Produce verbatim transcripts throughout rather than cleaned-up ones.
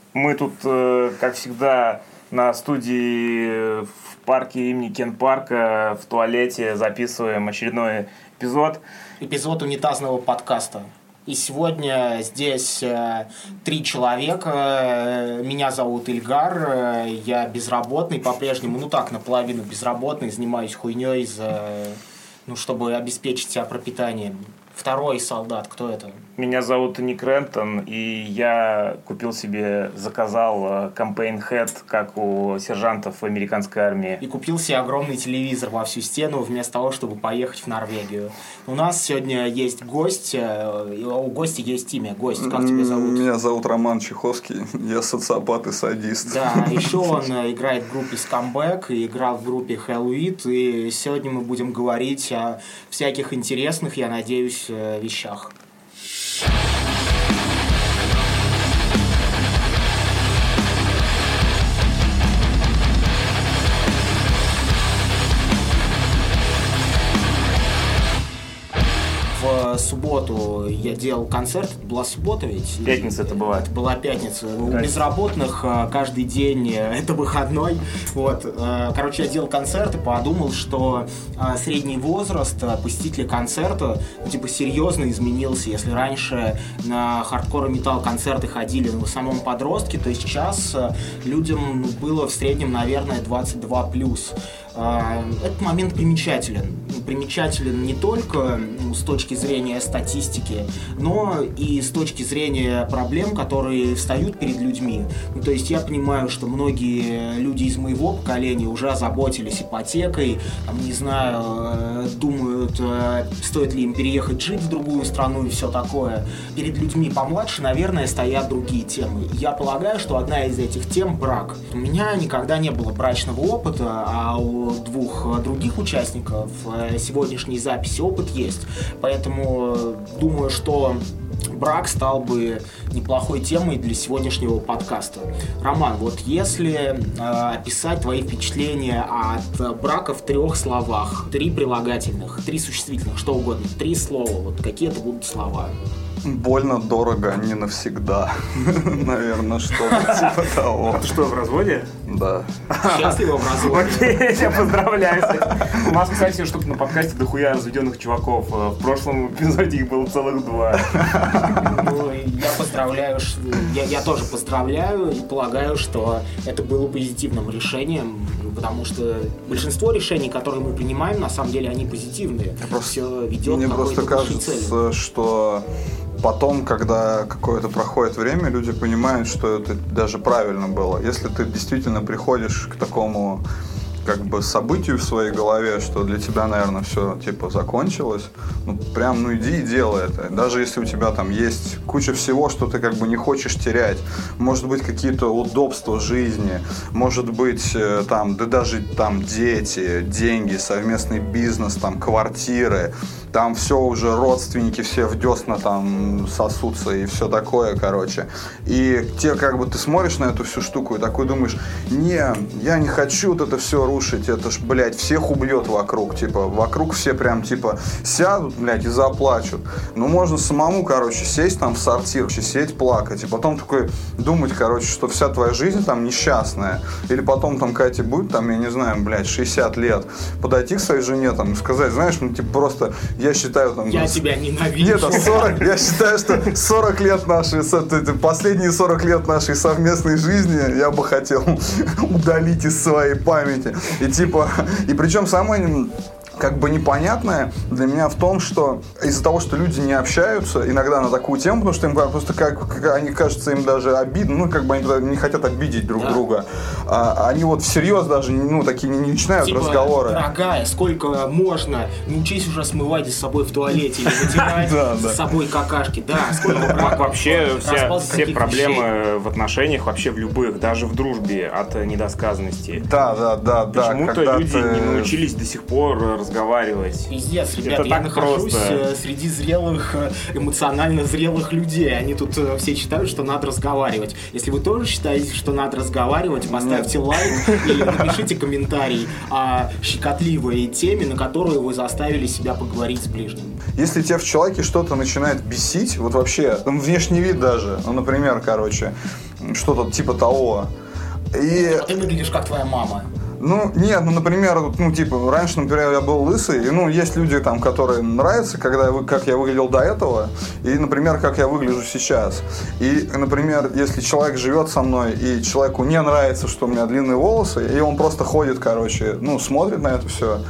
Мы тут, как всегда, на студии в парке имени Кен Парка в туалете записываем очередной эпизод. Эпизод унитазного подкаста. И сегодня здесь э, три человека. Меня зовут Ильгар, я безработный по-прежнему, ну так, наполовину безработный, занимаюсь хуйней, за, ну, чтобы обеспечить себя пропитанием. Второй солдат, кто это? Меня зовут Ник Рентон, и я купил себе, заказал кампейн Head, как у сержантов в американской армии. И купил себе огромный телевизор во всю стену, вместо того, чтобы поехать в Норвегию. У нас сегодня есть гость, у гостя есть имя. Гость, как тебя зовут? Меня зовут Роман Чеховский, я социопат и садист. Да, еще он играет в группе Scumbag и играл в группе Hellweed, и сегодня мы будем говорить о всяких интересных, я надеюсь, вещах. В субботу я делал концерт, это была суббота ведь? Пятница это была. Это была пятница. У безработных каждый день это выходной. Вот. Короче, я делал концерт и подумал, что средний возраст посетителей концерта ну, типа серьезно изменился. Если раньше на хардкор и металл концерты ходили ну, в основном подростки, то сейчас людям было в среднем, наверное, двадцать два плюс. Этот момент примечателен. Примечателен не только ну, с точки зрения статистики, но и с точки зрения проблем, которые встают перед людьми. Ну, то есть я понимаю, что многие люди из моего поколения уже озаботились ипотекой, там, не знаю, думают, стоит ли им переехать жить в другую страну и все такое. Перед людьми помладше, наверное, стоят другие темы. Я полагаю, что одна из этих тем – брак. У меня никогда не было брачного опыта, а у двух других участников сегодняшней записи опыт есть. Поэтому думаю, что брак стал бы неплохой темой для сегодняшнего подкаста. Роман, вот если э, описать твои впечатления от брака в трех словах, три прилагательных, три существительных, что угодно, три слова, вот какие это будут слова? Больно, дорого, не навсегда. Наверное, что-то типа того. А ты что, в разводе? Да. Счастливо в разводе. Окей, я поздравляю. У нас, кстати, что-то на подкасте дохуя разведенных чуваков. В прошлом эпизоде их было целых два. Ну, я поздравляю, я, я тоже поздравляю и полагаю, что это было позитивным решением, потому что большинство решений, которые мы принимаем, на самом деле, они позитивные. Просто, все ведет мне к просто кажется, цели. что потом, когда какое-то проходит время, люди понимают, что это даже правильно было. Если ты действительно приходишь к такому как бы событию в своей голове, что для тебя, наверное, все типа закончилось, ну прям, ну иди и делай это. Даже если у тебя там есть куча всего, что ты как бы не хочешь терять, может быть какие-то удобства жизни, может быть там, да даже там дети, деньги, совместный бизнес, там квартиры, там все уже родственники все в десна там сосутся и все такое, короче. И те как бы ты смотришь на эту всю штуку и такой думаешь, не, я не хочу вот это все рушить, это ж, блядь, всех убьет вокруг, типа, вокруг все прям, типа, сядут, блядь, и заплачут. Ну, можно самому, короче, сесть там в сортир, сидеть, плакать, и потом такой думать, короче, что вся твоя жизнь там несчастная. Или потом там Кате будет, там, я не знаю, блядь, шестьдесят лет, подойти к своей жене, там, и сказать, знаешь, ну, типа, просто, я считаю, там... Я ну, тебя ненавижу. Нет, а сорок, я считаю, что сорок лет нашей, последние сорок лет нашей совместной жизни я бы хотел удалить из своей памяти. И типа, и причем самое как бы непонятное для меня в том, что из-за того, что люди не общаются иногда на такую тему, потому что им просто как, как они кажется им даже обидно, ну как бы они не хотят обидеть друг да. друга, а, они вот всерьез даже ну такие не, не начинают типа, разговоры. Дорогая, сколько можно? Не учись уже смывать за собой в туалете или вытирать за собой какашки. Да, сколько вообще все проблемы в отношениях, вообще в любых, даже в дружбе от недосказанности. Да, да, да, да. Почему-то люди не научились до сих пор разговаривать. Пиздец, ребят, я нахожусь просто среди зрелых, эмоционально зрелых людей. Они тут все считают, что надо разговаривать. Если вы тоже считаете, что надо разговаривать, поставьте Нет. лайк и напишите комментарий о щекотливой теме, на которую вы заставили себя поговорить с ближним. Если тебя в человеке что-то начинает бесить, вот вообще, ну, внешний вид даже, ну, например, короче, что-то типа того. И... А ты выглядишь как твоя мама. Ну, нет, ну, например, ну, типа, раньше, например, я был лысый, и, ну, есть люди, там, которые нравятся, когда я, как я выглядел до этого, и, например, как я выгляжу сейчас. И, например, если человек живет со мной, и человеку не нравится, что у меня длинные волосы, и он просто ходит, короче, ну, смотрит на это все,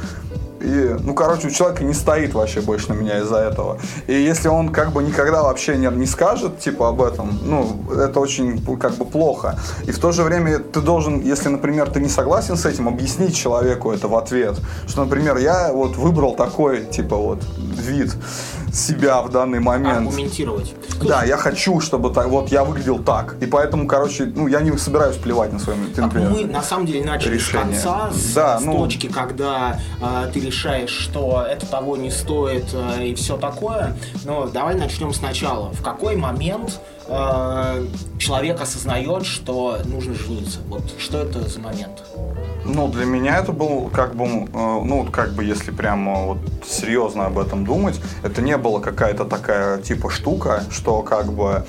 и, ну, короче, у человека не стоит вообще больше на меня из-за этого. И если он как бы никогда вообще не, не скажет, типа, об этом, ну, это очень, как бы, плохо. И в то же время ты должен, если, например, ты не согласен с этим, объяснить человеку это в ответ. Что, например, я вот выбрал такой, типа, вот, вид себя в данный момент. Аргументировать. Да, я хочу, чтобы так, вот я выглядел так. И поэтому, короче, ну, я не собираюсь плевать на свои, например, мы, на самом деле, начали решения. с конца, с, да, с ну... точки, когда э, ты решаешь, что это того не стоит э, и все такое. Но давай начнем сначала. В какой момент э, человек осознает, что нужно жениться? Вот что это за момент? Ну, для меня это был, как бы, э, ну, как бы, если прямо вот серьезно об этом думать, это не была какая-то такая, типа, штука, что, как бы,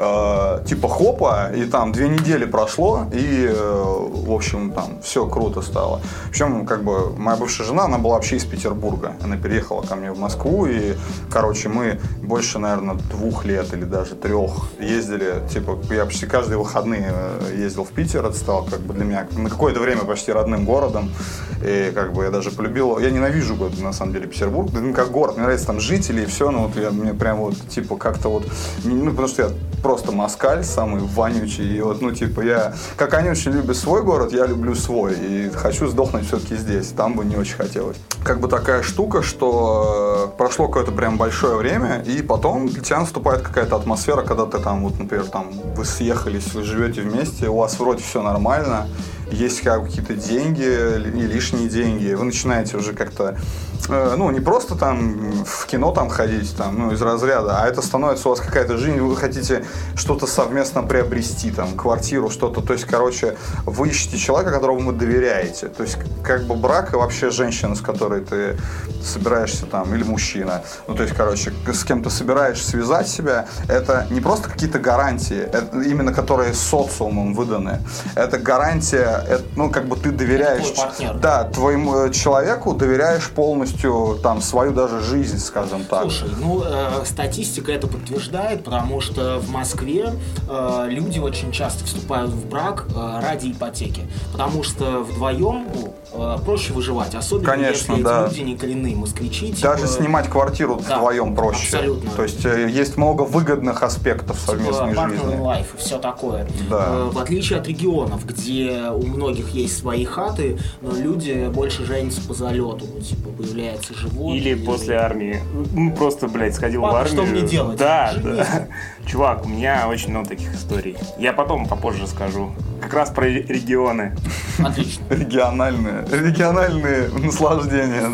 э, типа, хопа, и там две недели прошло, и, э, в общем, там, все круто стало. Причем, как бы, моя бывшая жена, она была вообще из Петербурга, она переехала ко мне в Москву, и, короче, мы больше, наверное, двух лет или даже трех ездили, типа, я почти каждые выходные ездил в Питер, это стало, как бы, для меня на какое-то время почти родным городом, и как бы я даже полюбил, я ненавижу, на самом деле, Петербург, ну, как город, мне нравится там жители и все, но вот я, мне прям вот, типа, как-то вот, ну, потому что я просто москаль самый вонючий, и вот, ну, типа, я, как они очень любят свой город, я люблю свой, и хочу сдохнуть все-таки здесь, там бы не очень хотелось. Как бы такая штука, что прошло какое-то прям большое время, и потом для тебя наступает какая-то атмосфера, когда ты там, вот, например, там, вы съехались, вы живете вместе, у вас вроде все нормально, есть какие-то деньги и лишние деньги, вы начинаете уже как-то, э, ну, не просто там в кино там ходить, там, ну, из разряда, а это становится у вас какая-то жизнь, вы хотите что-то совместно приобрести, там, квартиру, что-то, то есть, короче, вы ищете человека, которому вы доверяете, то есть, как бы брак и вообще женщина, с которой ты собираешься там, или мужчина, ну, то есть, короче, с кем ты собираешься связать себя, это не просто какие-то гарантии, это именно которые социумом выданы, это гарантия. Это, ну, как бы ты доверяешь, да, твоему человеку доверяешь полностью там свою даже жизнь, скажем так. Слушай, ну э, статистика это подтверждает, потому что в Москве э, люди очень часто вступают в брак э, ради ипотеки, потому что вдвоем ну, э, проще выживать, особенно Конечно, если да. эти люди не коренные москвичи. Даже типа... снимать квартиру да, вдвоем проще. Абсолютно. То есть э, есть много выгодных аспектов типа совместной жизни. Life и все такое. Да. Э, в отличие от регионов, где у многих есть свои хаты, но люди больше женятся по залету, ну, типа, появляется живот. Или, или... после армии. Ну, просто, блядь, сходил Папа, в армию. что мне делать? Да, Женись. да. Чувак, у меня очень много таких историй. Я потом попозже скажу. Как раз про регионы. Отлично. Региональные. Региональные наслаждения,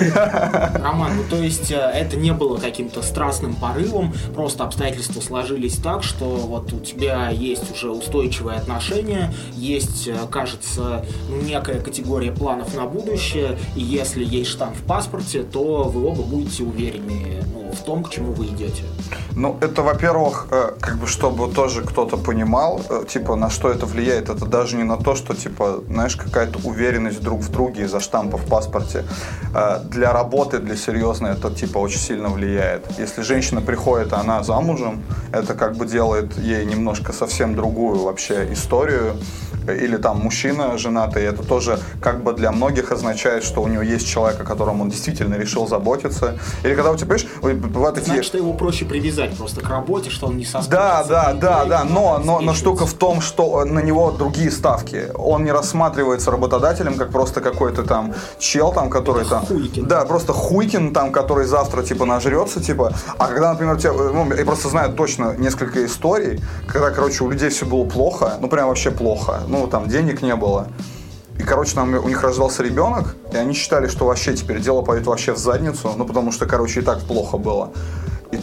да. Роман, ну то есть это не было каким-то страстным порывом, просто обстоятельства сложились так, что вот у тебя есть уже устойчивые отношения, есть, кажется, ну, некая категория планов на будущее, и если есть штамп в паспорте, то вы оба будете уверены, ну, в том, к чему вы идете. Ну, это, во-первых, как бы, чтобы тоже кто-то понимал, типа, на что это влияет. Это даже не на то, что, типа, знаешь, какая-то уверенность друг в друге из-за штампа в паспорте. Для работы, для серьезной, это, типа, очень сильно влияет. Если женщина приходит, а она замужем, это, как бы, делает ей немножко совсем другую вообще историю. Или там мужчина женатый, это тоже как бы для многих означает, что у него есть человек, о котором он действительно решил заботиться. Или когда у тебя, понимаешь, бывают такие... Значит, что его проще привязать просто к работе, что он не соскучится. Да, да, да, да, но, но, но штука в том, что на него другие ставки. Он не рассматривается работодателем как просто какой-то там чел, там, который это там... Хуйкин. Да, просто хуйкин, там, который завтра, типа, нажрется, типа. А когда, например, у тебя... Ну, я просто знаю точно несколько историй, когда, короче, у людей все было плохо, ну, прям вообще плохо. Ну, там, денег не было. И, короче, там, у них рождался ребенок, и они считали, что вообще теперь дело пойдет вообще в задницу, ну, потому что, короче, и так плохо было. И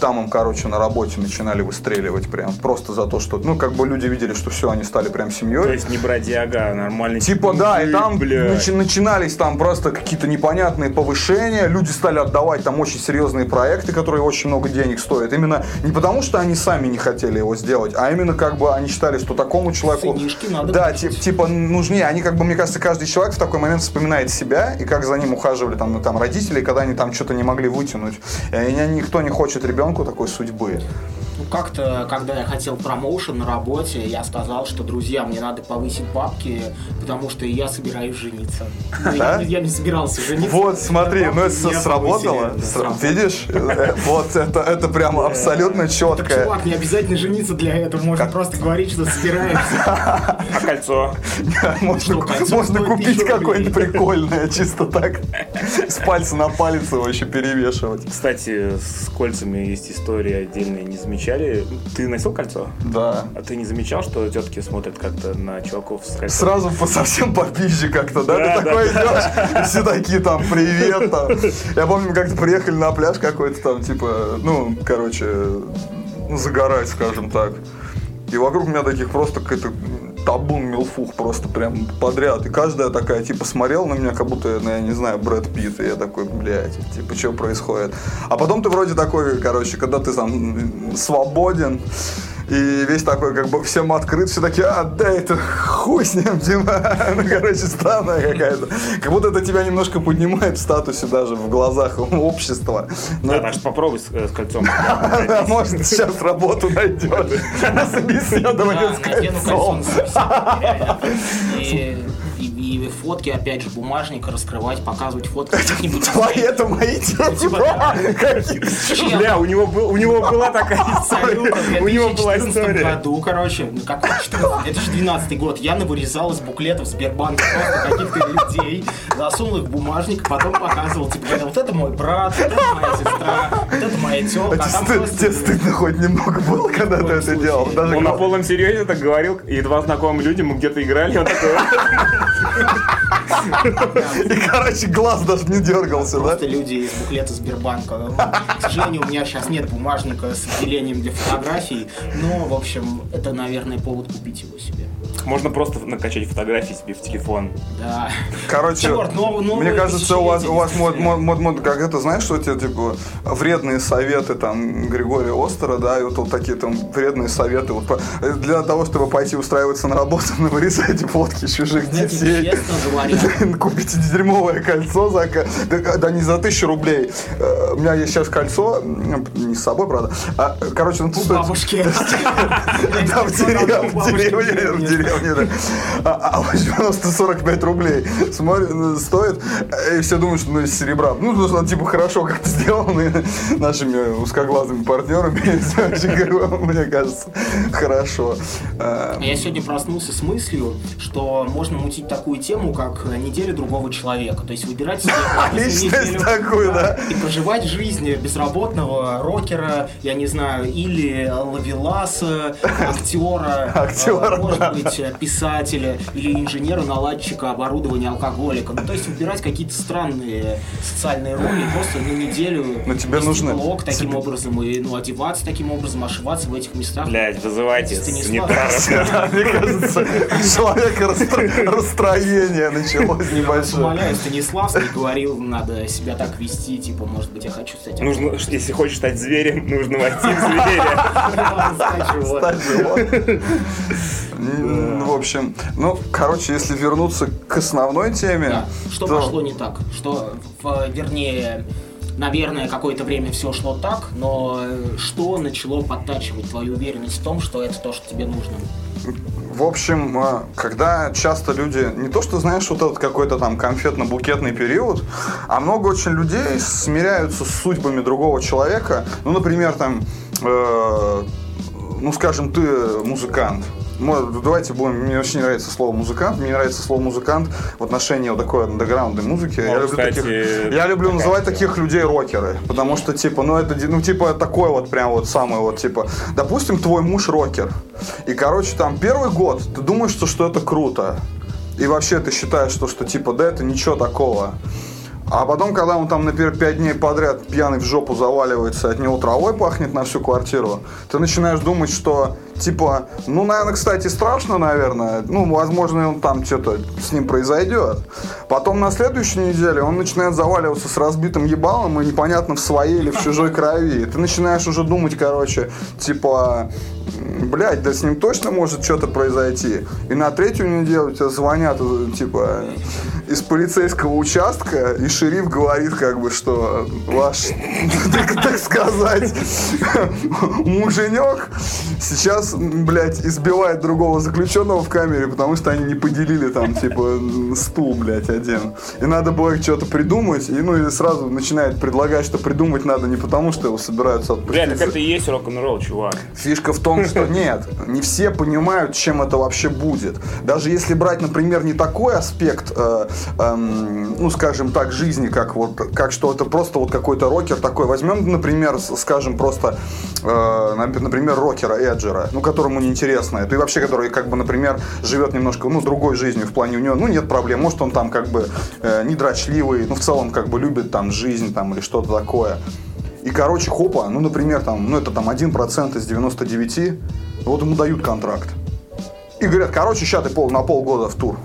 там им, короче, на работе начинали выстреливать прям просто за то, что, ну, как бы люди видели, что все, они стали прям семьей. То есть не бродяга, а нормальный Типа, мужик, да, и там бля. начи- начинались там просто какие-то непонятные повышения, люди стали отдавать там очень серьезные проекты, которые очень много денег стоят. Именно не потому, что они сами не хотели его сделать, а именно как бы они считали, что такому человеку... Сынишки надо да, тип, типа нужнее. Они как бы, мне кажется, каждый человек в такой момент вспоминает себя и как за ним ухаживали там, ну, там родители, когда они там что-то не могли вытянуть. И никто не хочет ребенку такой судьбы. Ну, как-то, когда я хотел промоушен на работе, я сказал, что, друзья, мне надо повысить бабки, потому что я собираюсь жениться. Но Да? я, я не собирался жениться. Вот, смотри, ну это Бабки не сработало. повысили. Сра- Видишь? Э, Вот это, это прям абсолютно Так, четкое. чувак, не обязательно жениться для этого, можно просто говорить, что собираешься. А кольцо? Можно, Что, кольцо можно стоит купить тысячу рублей. какое-нибудь прикольное, чисто так, с пальца на палец его еще перевешивать. Кстати, с кольцами есть история отдельная. Не замечали? Ты носил кольцо? Да. А ты не замечал, что тетки смотрят как-то на чуваков с кольцом? Сразу по совсем попизже как-то, да? Да, Ты такой идешь, и все такие там, привет там. Я помню, мы как-то приехали на пляж какой-то там, типа, ну, короче, ну, загорать, скажем так. И вокруг меня таких просто какой-то табун милфух просто прям подряд. И каждая такая, типа, смотрела на меня, как будто, ну, я не знаю, Брэд Питт. И я такой, блядь, типа, что происходит? А потом ты вроде такой, короче, когда ты там свободен, и весь такой, как бы, всем открыт, все такие, а, да, это хуй с ним, типа, ну, короче, странная какая-то. Как будто это тебя немножко поднимает в статусе даже в глазах общества. Но Да, это- так что попробуй с, э, с кольцом. да, может, сейчас работу найдешь на собеседование с Да, надену кольцо кольцом. на собеседование, реально. И, и, и фотки, опять же, бумажник раскрывать, показывать фотки каких-нибудь. Твои это мои дети. Типа, да. Какие? Бля, у него, был, у него была такая Абсолютно. история. В У него была две тысячи четырнадцатом история. году, короче, ну какой четырнадцатый, две тысячи двенадцатый год, я навырезал из буклетов Сбербанка просто каких-то людей, засунул их в бумажник, потом показывал, типа, говорил, вот это мой брат, вот это моя сестра, вот это моя тёлка, А а там тебе просто... тебе стыдно хоть немного было, когда ты это случае. делал? Даже Он на гла- полном серьезе так говорил, и два знакомые люди, мы где-то играли, он такой, И, короче, глаз даже не дергался, да? Просто люди из буклета Сбербанка. К сожалению, у меня сейчас нет бумажника с отделением для фотографий, но, в общем, это, наверное, повод купить его себе. можно просто накачать фотографии себе в телефон. Да. Короче, Черт, нов- новое мне кажется, у вас, у вас мод, тысячелетие, мод, мод, мод- как это, знаешь, что эти, типа, вредные советы, там, Григория Остера, да, и вот, вот такие там вредные советы, вот, по- для того, чтобы пойти устраиваться на работу, ну, вырезайте фотки чужих Знаете, детей. честно говоря, Купите дерьмовое кольцо за, ка- да, да не за тысячу рублей. Э, У меня есть сейчас кольцо, м, не с собой, правда. А, короче, он у путает. бабушки. Да, в деревне, в деревне, в деревне, да. А, а возьму сто сорок пять рублей. Смотри, ну, стоит, и все думают, что ну, из серебра. Ну, потому что он типа хорошо как-то сделанный нашими узкоглазыми партнерами. Очень, говорю, мне кажется, хорошо. А, Я сегодня проснулся с мыслью, что можно мутить такую тему, как неделя другого человека. То есть выбирать себе Личность неделю, такую, да. И проживать жизнь безработного рокера, я не знаю, или ловеласа, актера, Актера, э, может да. быть, писателя, или инженера-наладчика оборудования алкоголика. Ну, то есть выбирать какие-то странные социальные роли просто на неделю. Но тебе вести нужно- блог таким тебе- образом, и ну, одеваться таким образом, ошиваться в этих местах. Блядь, вызывайте Станислав. санитара. Мне кажется, у человека расстро- расстроение началось небольшое. Умоляю, Станиславский говорил, надо себя так вести, типа, может быть, я хочу стать... Нужно, если хочешь стать зверем, нужно войти в зверя. Стать животным. М, В общем, ну, короче, если вернуться к основной теме, Да. Что то- пошло не так? Что, в- вернее, наверное, какое-то время все шло так, но э, что начало подтачивать твою уверенность в том, что это то, что тебе нужно? В общем, э, когда часто люди, не то что, знаешь, вот этот какой-то там конфетно-букетный период, а много очень людей смиряются с судьбами другого человека. Ну, например, там, э, ну, скажем, ты музыкант. Мы- Давайте будем, мне очень не нравится слово музыкант, мне нравится слово музыкант в отношении вот такой андеграундной музыки. Ну, я, люблю кстати, таких, я люблю такая называть тема. таких людей рокеры, потому что, типа, ну, это, ну, типа, такой вот прям вот самый вот, типа, допустим, твой муж рокер, и, короче, там, первый год ты думаешь, что, что это круто, и вообще ты считаешь, что, что, типа, да, это ничего такого. А потом, когда он там, например, пять дней подряд пьяный в жопу заваливается, от него травой пахнет на всю квартиру, ты начинаешь думать, что, типа, ну, наверное, кстати, страшно, наверное, ну, возможно, он там что-то с ним произойдет. Потом на следующей неделе он начинает заваливаться с разбитым ебалом и непонятно в своей или в чужой крови. И ты начинаешь уже думать, короче, типа, блядь, да с ним точно может что-то произойти. И на третью неделю тебе звонят, типа, из полицейского участка, и шериф говорит, как бы, что ваш, так, так сказать, муженек сейчас, блядь, избивает другого заключенного в камере, потому что они не поделили там, типа, стул, блядь, один. И надо было что-то придумать, и, ну, и сразу начинает предлагать, что придумать надо не потому, что его собираются отпустить. Блядь, так это и есть рок-н-ролл, чувак. Фишка в том, что нет, не все понимают, чем это вообще будет. Даже если брать, например, не такой аспект, э, э, ну, скажем так, жизни, как вот, как что это просто вот какой-то рокер такой. Возьмем, например, скажем, просто, э, например, рокера Эджера, ну, которому неинтересно это, и вообще, который, как бы, например, живет немножко, ну, другой жизнью, в плане у него, ну, нет проблем, может, он там, как бы, э, недрочливый, ну, в целом, как бы, любит там жизнь, там, или что-то такое. И, короче, хопа, ну, например, там, ну, это там один процент из девяноста девяти, вот ему дают контракт. И говорят, короче, сейчас ты пол, на полгода в тур.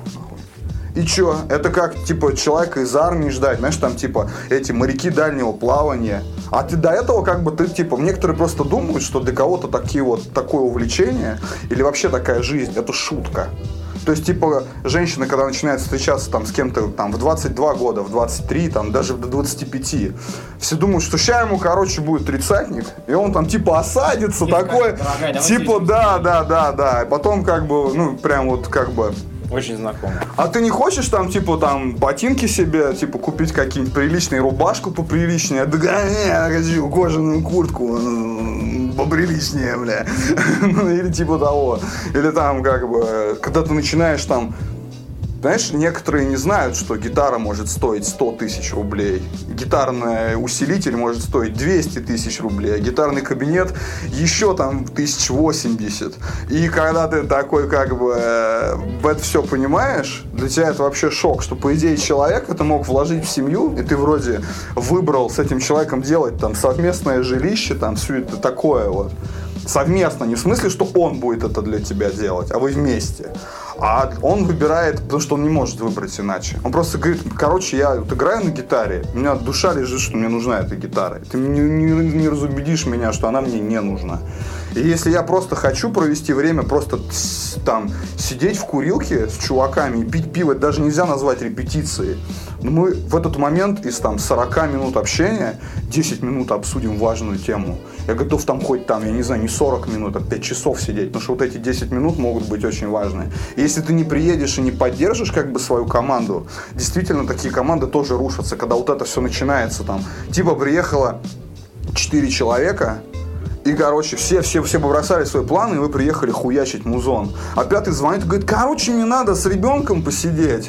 И чё? Это как, типа, человека из армии ждать, знаешь, там, типа, эти моряки дальнего плавания. А ты до этого, как бы, ты, типа, некоторые просто думают, что для кого-то такие вот, такое увлечение или вообще такая жизнь, это шутка. То есть, типа, женщина, когда начинает встречаться там с кем-то там в двадцать два года, в двадцать три, там, даже до двадцати пяти, все думают, что ща ему, короче, будет тридцатник, и он там, типа, осадится, Нет, такой, дорогая, типа, да, да, да, да, и потом, как бы, ну, прям вот, как бы... Очень знакомо. А ты не хочешь там, типа, там, ботинки себе, типа, купить какие-нибудь приличные, рубашку поприличнее? Да, не, я хочу кожаную куртку поприличнее, бля. Или типа того. Или там, как бы, когда ты начинаешь там... Знаешь, некоторые не знают, что гитара может стоить сто тысяч рублей. Гитарный усилитель может стоить двести тысяч рублей. А гитарный кабинет еще там тысяч восемьдесят. И когда ты такой, как бы, в это все понимаешь, для тебя это вообще шок, что, по идее, человек это мог вложить в семью, и ты вроде выбрал с этим человеком делать там совместное жилище, там все это такое вот. Совместно, не в смысле, что он будет это для тебя делать, а вы вместе. А он выбирает, потому что он не может выбрать иначе. Он просто говорит, короче, я вот играю на гитаре, у меня душа лежит, что мне нужна эта гитара. Ты не, не, не разубедишь меня, что она мне не нужна. И если я просто хочу провести время, просто там сидеть в курилке с чуваками и пить пиво, это даже нельзя назвать репетицией. Но мы в этот момент из там сорока минут общения десять минут обсудим важную тему. Я готов там хоть там, я не знаю, не сорок минут, а пять часов сидеть, потому что вот эти десять минут могут быть очень важные. И если ты не приедешь и не поддержишь как бы свою команду, действительно такие команды тоже рушатся, когда вот это все начинается там. Типа приехало четыре человека, и, короче, все, все, все побросали свои планы, и вы приехали хуячить музон. А пятый звонит и говорит, короче, мне надо с ребенком посидеть.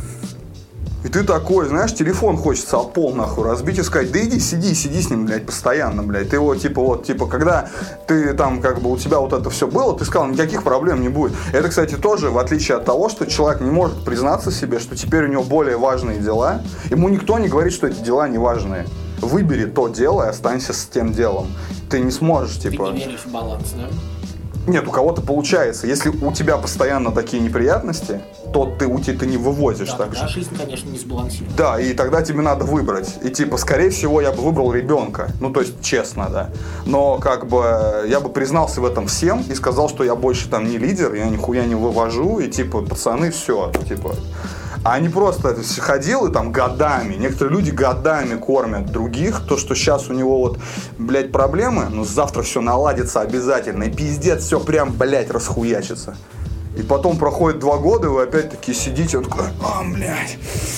И ты такой, знаешь, телефон хочется об пол нахуй разбить и сказать, да иди, сиди, сиди с ним, блядь, постоянно, блядь. Ты его, типа, вот, типа, когда ты там, как бы, у тебя вот это все было, ты сказал, никаких проблем не будет. Это, кстати, тоже, в отличие от того, что человек не может признаться себе, что теперь у него более важные дела, ему никто не говорит, что эти дела не важные. Выбери то дело и останься с тем делом. Ты не сможешь, типа... Ты не веришь в баланс, да? Нет, у кого-то получается. Если у тебя постоянно такие неприятности, то ты, у тебя, ты не вывозишь да, так же. Да, жизнь, конечно, не сбалансирована. Да, и тогда тебе надо выбрать. И типа, скорее всего, я бы выбрал ребенка. Ну, то есть, честно, да. Но как бы я бы признался в этом всем и сказал, что я больше там не лидер, я нихуя не вывожу, и типа, пацаны, все, типа... А не просто ходил и там годами, некоторые люди годами кормят других, то, что сейчас у него вот, блядь, проблемы, но завтра все наладится обязательно, и пиздец, все прям, блядь, расхуячится. И потом проходит два года, и вы опять-таки сидите, он такой, а, блядь,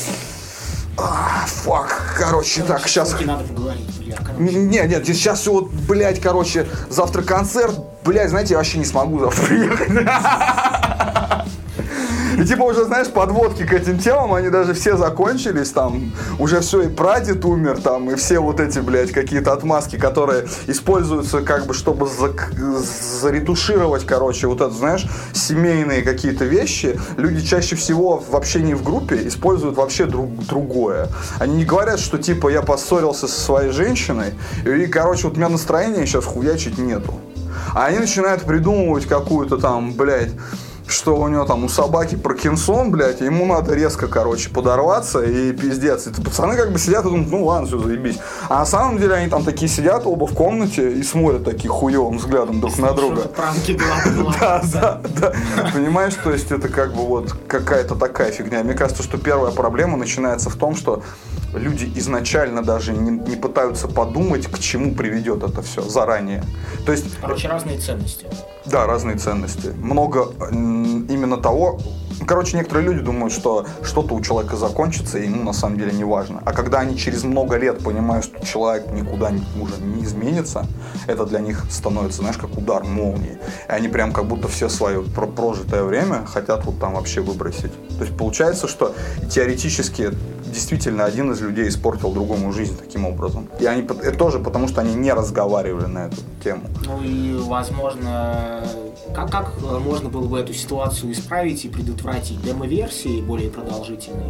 а, фак, короче, короче так, сейчас... Надо поговорить, бля, нет, нет, сейчас все вот, блядь, короче, завтра концерт, блядь, знаете, я вообще не смогу завтра приехать. И И типа уже, знаешь, подводки к этим темам, они даже все закончились, там, уже все, и прадед умер, там, и все вот эти, блядь, какие-то отмазки, которые используются, как бы, чтобы зак- заретушировать, короче, вот это, знаешь, семейные какие-то вещи, люди чаще всего в общении в группе используют вообще друг, другое. Они не говорят, что, типа, я поссорился со своей женщиной, и, короче, вот у меня настроения сейчас хуячить нету. А они начинают придумывать какую-то там, блядь, что у него там у собаки Паркинсон, блядь, и ему надо резко, короче, подорваться и пиздец. И пацаны как бы сидят и думают, ну ладно, все, заебись. А на самом деле они там такие сидят оба в комнате и смотрят таким хуевым взглядом друг на друга. Да, да, да. Понимаешь, то есть это как бы вот какая-то такая фигня. Мне кажется, что первая проблема начинается в том, что люди изначально даже не, не пытаются подумать, к чему приведет это все заранее. То есть, короче, разные ценности. Да, разные ценности. Много именно того... Короче, некоторые люди думают, что что-то у человека закончится, и ему на самом деле не важно. А когда они через много лет понимают, что человек никуда уже не изменится, это для них становится, знаешь, как удар молнии. И они прям как будто все свое прожитое время хотят вот там вообще выбросить. То есть получается, что теоретически действительно один из людей испортил другому жизнь таким образом. И они это тоже потому, что они не разговаривали на эту тему. Ну и, возможно, как, как можно было бы эту ситуацию исправить и предотвратить? Демо-версии более продолжительные?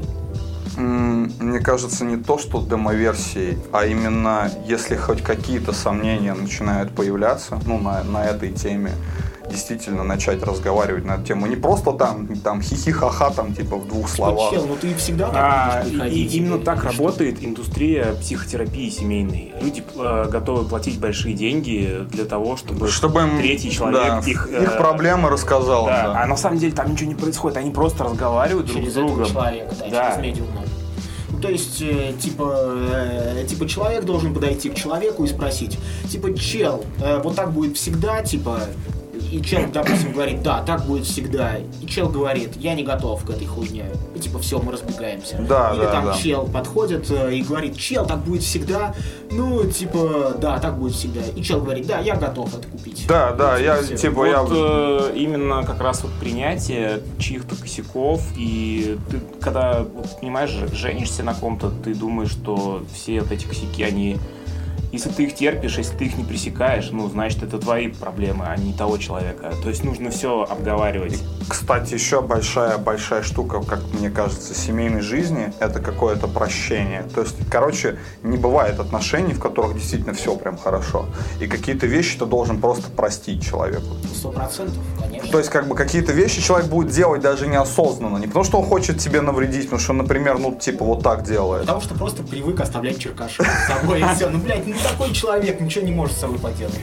Мне кажется, не то, что демо-версии, а именно, если хоть какие-то сомнения начинают появляться, ну, на, на этой теме, действительно начать разговаривать на эту тему. Не просто там, там хихи-ха-ха, там, типа, в двух словах. Чел, ну ты всегда так а, можешь приходить. И, именно так работает индустрия психотерапии семейной. Люди э, готовы платить большие деньги для того, чтобы, чтобы им, третий человек да, их... Э, их проблемы рассказал. Да, да. А на самом деле там ничего не происходит. Они просто разговаривают через друг с другом. Человека, да, да. через медиума. То есть, э, типа, э, типа, человек должен подойти к человеку и спросить, типа, чел, э, вот так будет всегда, типа... И чел, допустим, говорит, да, так будет всегда. И чел говорит, я не готов к этой хуйне. И типа, все, мы разбегаемся. Да, Или да, там да. чел подходит и говорит, чел, так будет всегда. Ну, типа, да, так будет всегда. И чел говорит, да, я готов это купить. Да, да, и, я, все. типа, Вот я... э, именно как раз вот принятие чьих-то косяков, и ты, когда, вот, понимаешь, женишься на ком-то, ты думаешь, что все вот эти косяки, они... Если ты их терпишь, если ты их не пресекаешь, ну, значит, это твои проблемы, а не того человека. То есть нужно все обговаривать. Кстати, еще большая-большая штука, как мне кажется, семейной жизни, это какое-то прощение. То есть, короче, не бывает отношений, в которых действительно все прям хорошо. И какие-то вещи ты должен просто простить человеку. Сто процентов, конечно. То есть, как бы, какие-то вещи человек будет делать даже неосознанно. Не потому, что он хочет тебе навредить, потому что, например, ну, типа, вот так делает. Потому что просто привык оставлять черкаши с собой, и все. Ну, блядь, ну такой человек ничего не может с собой поделать.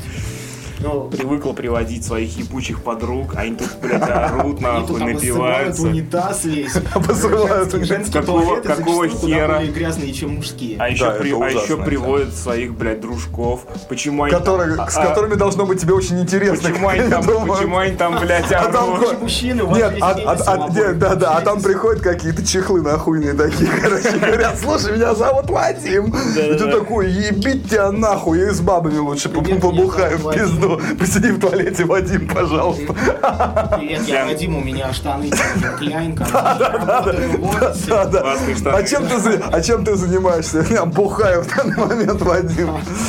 Ну, привыкла приводить своих ебучих подруг, а они тут, блядь, орут, нахуй, напиваются. напиваются. Унитаз весь. Обосрывают. Женские Какого- туалеты какого зачастую куда хера? более грязные, чем мужские. А еще, Да, при- это а еще ужасная приводят своих, блядь, дружков. Почему они Которые, там... с а- которыми должно быть тебе очень интересно. Почему они там, почему они там, блядь, А там орут? ко- Мужчины, у вас Нет, весь а- день а- а- свободен. нет, да, да, а там Общайтесь. приходят какие-то чехлы нахуйные такие, короче, говорят, слушай, меня зовут Вадим. И ты такой, ебить тебя нахуй, я и с бабами лучше Привет, побухаю меня в зовут пизду. Посиди в туалете, Вадим, пожалуйста. Привет, я Вадим, у меня штаны Calvin Klein, короче, работаю в офисе. Да, да. Классные штаны. А чем ты, за- а чем ты занимаешься? Я бухаю в данный момент, Вадим.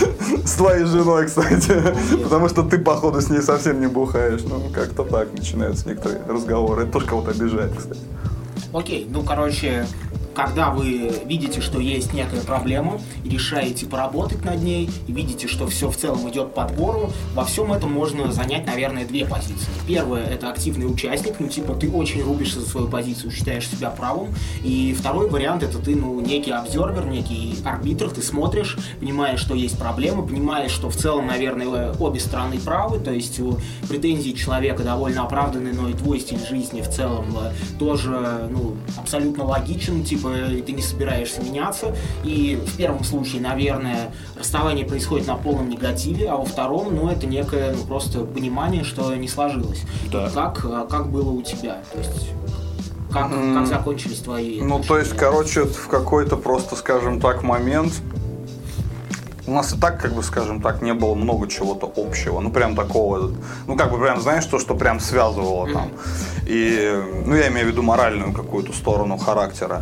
С твоей женой, кстати. Потому что ты, походу, с ней совсем не бухаешь. Ну, как-то так начинаются некоторые разговоры. Это тоже кого-то обижает, кстати. Окей, ну, короче, когда вы видите, что есть некая проблема, и решаете поработать над ней, и видите, что все в целом идет под гору, во всем этом можно занять, наверное, две позиции. Первое — это активный участник, ну, типа, ты очень рубишься за свою позицию, считаешь себя правым. И второй вариант — это ты, ну, некий обзервер, некий арбитр, ты смотришь, понимаешь, что есть проблемы, понимаешь, что в целом, наверное, обе стороны правы, то есть претензии человека довольно оправданы, но и твой стиль жизни в целом тоже, ну, абсолютно логичен, типа, ты не собираешься меняться. И в первом случае, наверное, расставание происходит на полном негативе, а во втором, ну, это некое, ну, просто понимание, что не сложилось. Да. Как, как было у тебя? То есть, как, mm. как закончились твои Ну, отношения? то есть, короче, в какой-то просто, скажем так, момент у нас и так, как бы, скажем так, не было много чего-то общего. Ну, прям такого, ну, как бы, прям, знаешь, то, что прям связывало там. И, ну, я имею в виду моральную какую-то сторону характера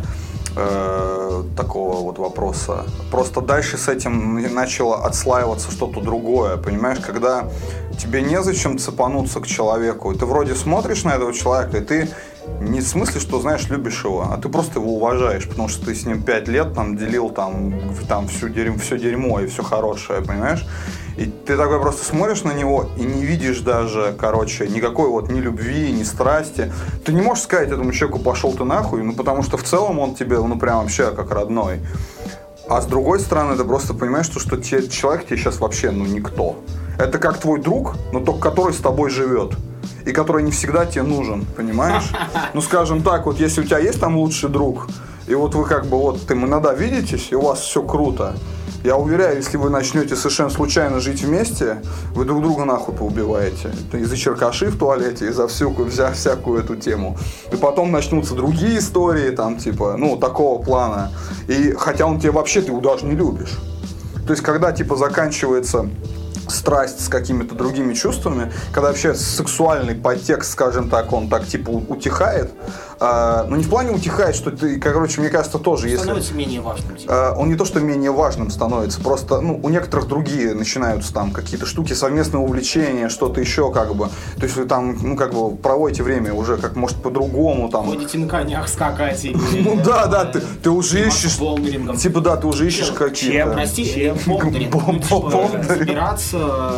э, такого вот вопроса. Просто дальше с этим начало отслаиваться что-то другое, понимаешь, когда тебе незачем цепануться к человеку, ты вроде смотришь на этого человека, и ты не в смысле, что, знаешь, любишь его, а ты просто его уважаешь, потому что ты с ним пять лет там делил там, там всю дерьмо, все дерьмо и все хорошее, понимаешь? И ты такой просто смотришь на него и не видишь даже, короче, никакой вот ни любви, ни страсти. Ты не можешь сказать этому человеку «пошел ты нахуй», ну потому что в целом он тебе, ну прям вообще как родной. А с другой стороны, ты просто понимаешь, что, что те, человек тебе сейчас вообще, ну, никто. Это как твой друг, но только который с тобой живет. И который не всегда тебе нужен, понимаешь? Ну, скажем так, вот если у тебя есть там лучший друг, и вот вы как бы вот, ты иногда видитесь, и у вас все круто, я уверяю, если вы начнете совершенно случайно жить вместе, вы друг друга нахуй поубиваете. Из-за черкаши в туалете, из-за всякую, вся, всякую эту тему. И потом начнутся другие истории, там, типа, ну, такого плана. И хотя он тебя вообще, ты его даже не любишь. То есть, когда, типа, заканчивается страсть с какими-то другими чувствами, когда вообще сексуальный подтекст, скажем так, он так типа утихает, э, ну не в плане утихает, что ты, короче, мне кажется, тоже если... Становится менее важным. Типа. Э, он не то, что менее важным становится, просто, ну, у некоторых другие начинаются там какие-то штуки, совместное увлечение, что-то еще как бы, то есть вы там, ну, как бы проводите время уже как, может, по-другому там. Ходите на конях скакать. Ну да, да, ты уже ищешь, типа, да, ты уже ищешь какие-то... Прости, болдеринг, собираться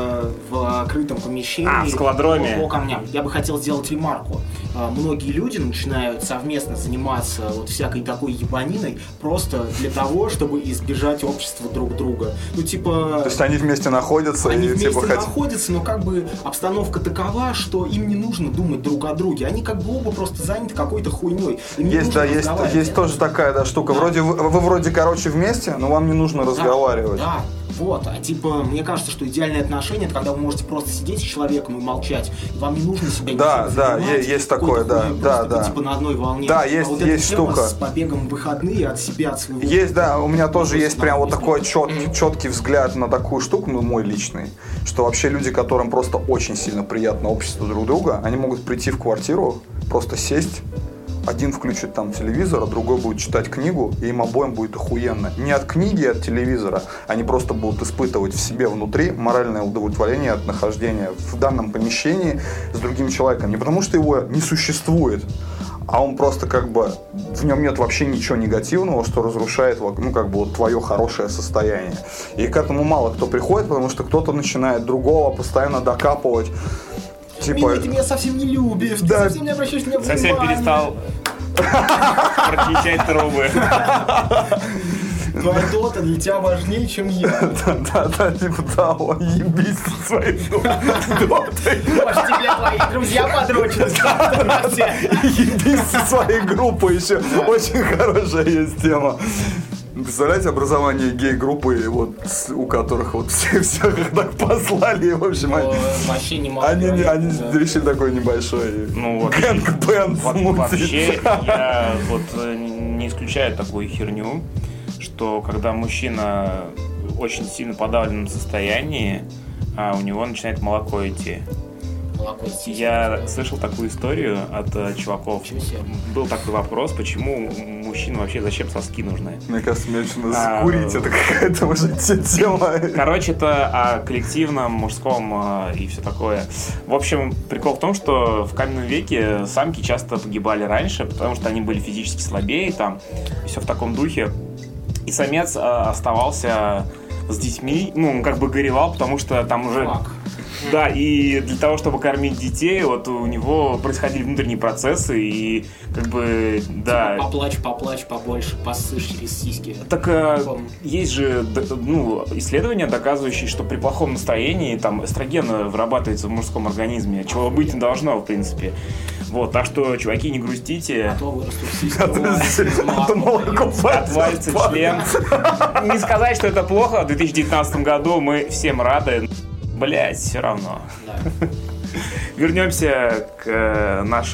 в открытом помещении а, в складроме. По, по камням. Я бы хотел сделать ремарку. Многие люди начинают совместно заниматься вот всякой такой ебаниной просто для того, чтобы избежать общества друг друга. Ну, типа... То есть они вместе находятся они и вместе типа находятся, но как бы обстановка такова, что им не нужно думать друг о друге. Они как бы оба просто заняты какой-то хуйней. Есть, да, есть, есть тоже такая, да, штука. Да. Вроде вы, вы вроде, короче, вместе, но вам не нужно да, разговаривать. Да. Вот, а типа, мне кажется, что идеальные отношения, это когда вы можете просто сидеть с человеком и молчать, и вам не нужно себя да, да, занимать, есть такое, да, да, вы, да. типа на одной волне. Да, есть, а вот есть штука. С побегом в выходные от себя, от своего... Есть, да, у меня тоже есть прям вот такой четкий, четкий взгляд на такую штуку, ну, мой личный, что вообще люди, которым просто очень сильно приятно общество друг друга, они могут прийти в квартиру, просто сесть, один включит там телевизор, а другой будет читать книгу, и им обоим будет охуенно. Не от книги, а от телевизора. Они просто будут испытывать в себе внутри моральное удовлетворение от нахождения в данном помещении с другим человеком. Не потому, что его не существует, а он просто как бы, в нем нет вообще ничего негативного, что разрушает, ну, как бы, вот, твое хорошее состояние. И к этому мало кто приходит, потому что кто-то начинает другого постоянно докапывать. Типа... Милый, ты меня совсем не любишь, да. Ты совсем не обращаешь меня внимания. Совсем перестал прочищать трубы. Твоя дота для тебя важнее, чем я. Да, да, да, типа, да, он ебись со своей дотой. Может, тебе твои друзья подрочат. Ебись со своей группой еще. Очень хорошая есть тема. Представляете, образование гей-группы, вот, у которых вот все, все их так послали, в общем, ну, они, вообще не могу они, говорить, они да. решили такой небольшой ну, гэнг-бэнд смутить. Вообще, я вот не исключаю такую херню, что когда мужчина очень сильно подавленном состоянии, а у него начинает молоко идти. Молоко идти. Я слышал такую историю от uh, чуваков. Был такой вопрос, почему мужчинам вообще зачем соски нужны? Мне кажется, мне очень надо а, скурить, это какая-то уже тема. Короче, это о коллективном, мужском uh, и все такое. В общем, прикол в том, что в каменном веке самки часто погибали раньше, потому что они были физически слабее, там, и все в таком духе. И самец uh, оставался с детьми, ну, он как бы горевал, потому что там уже... Фак. Да, и для того, чтобы кормить детей, вот у него происходили внутренние процессы, и как бы, да... Типа поплачь, поплачь побольше, поссышь через сиськи. Так а, есть же, ну, исследования, доказывающие, что при плохом настроении там эстроген вырабатывается в мужском организме, чего быть не должно, в принципе. Вот, так что, чуваки, не грустите. А то вырастут сиськи. Отвалится член. Не сказать, что это плохо, в две тысячи девятнадцатом году мы всем рады. Блять, все равно. Да. Вернемся к нашим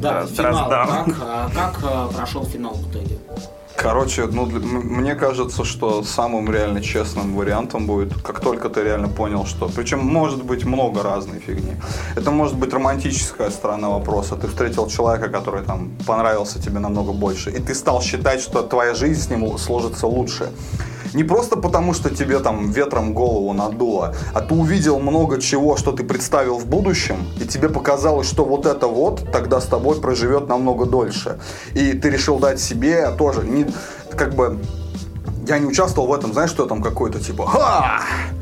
Да, финал. Как, как прошел финал в итоге? Короче, ну, мне кажется, что самым реально честным вариантом будет, как только ты реально понял, что... Причем может быть много разной фигни. Это может быть романтическая сторона вопроса. Ты встретил человека, который там понравился тебе намного больше, и ты стал считать, что твоя жизнь с ним сложится лучше. Не просто потому, что тебе там ветром голову надуло, а ты увидел много чего, что ты представил в будущем, и тебе показалось, что вот это вот тогда с тобой проживет намного дольше. И ты решил дать себе тоже, не, как бы, я не участвовал в этом, знаешь, что там какой-то типа «Ха!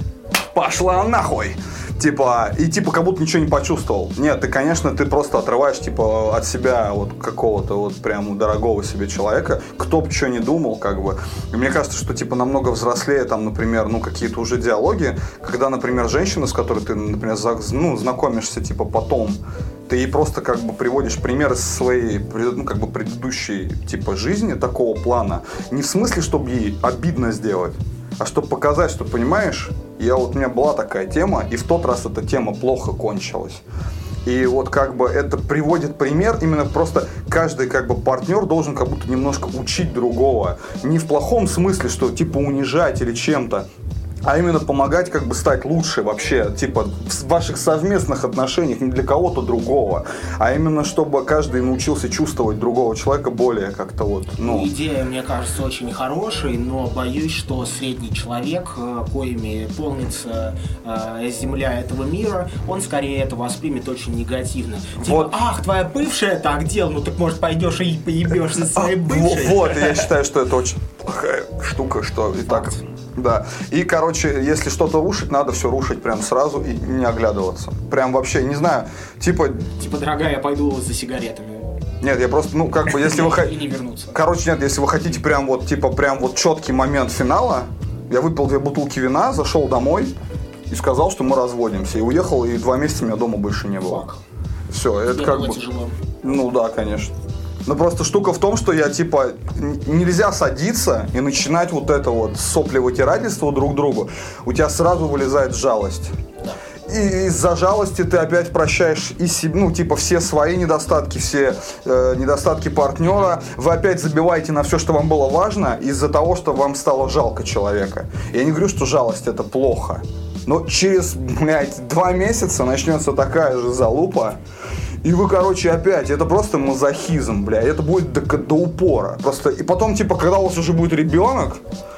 Пошла нахуй!» Типа, и типа как будто ничего не почувствовал. Нет, ты, конечно, ты просто отрываешь типа от себя вот какого-то вот прям дорогого себе человека, кто бы что ни думал, как бы. И мне кажется, что типа намного взрослее там, например, ну какие-то уже диалоги, когда, например, женщина, с которой ты, например, ну, знакомишься типа потом, ты ей просто как бы приводишь примеры своей, ну, как бы предыдущей типа жизни такого плана. Не в смысле, чтобы ей обидно сделать, а чтобы показать, что, понимаешь, я вот, у меня была такая тема, и в тот раз эта тема плохо кончилась. И вот как бы это приводит пример, именно просто каждый как бы партнер должен как будто немножко учить другого. Не в плохом смысле, что типа унижать или чем-то, а именно помогать как бы стать лучше вообще, типа в ваших совместных отношениях, не для кого-то другого, а именно чтобы каждый научился чувствовать другого человека более как-то вот, ну... Идея, мне кажется, очень хорошей, но боюсь, что средний человек, коими полнится э, земля этого мира, он скорее это воспримет очень негативно. Типа, вот. Ах, твоя бывшая так делала, ну так может пойдешь и поебешься со своей бывшей. Вот, я считаю, что это очень плохая штука, что и так... Да. И, короче, если что-то рушить, надо все рушить прям сразу и не оглядываться. Прям вообще, не знаю, типа... Типа, дорогая, я пойду за сигаретами. Нет, я просто, ну, как бы, если вы хотите... И не вернуться. Короче, нет, если вы хотите прям вот, типа, прям вот четкий момент финала, я выпил две бутылки вина, зашел домой и сказал, что мы разводимся. И уехал, и два месяца меня дома больше не было. Фак. Все, это Тебе как было бы... тяжело. Ну, да, конечно. Но просто штука в том, что я, типа, нельзя садиться и начинать вот это вот сопливотирательство друг другу. У тебя сразу вылезает жалость. Да. И из-за жалости ты опять прощаешь и себе, ну, типа, все свои недостатки, все э, недостатки партнера. Вы опять забиваете на все, что вам было важно, из-за того, что вам стало жалко человека. Я не говорю, что жалость это плохо. Но через, блядь, два месяца начнется такая же залупа. И вы, короче, опять, это просто мазохизм, бля, это будет до, до упора. Просто, и потом, типа, когда у вас уже будет ребенок,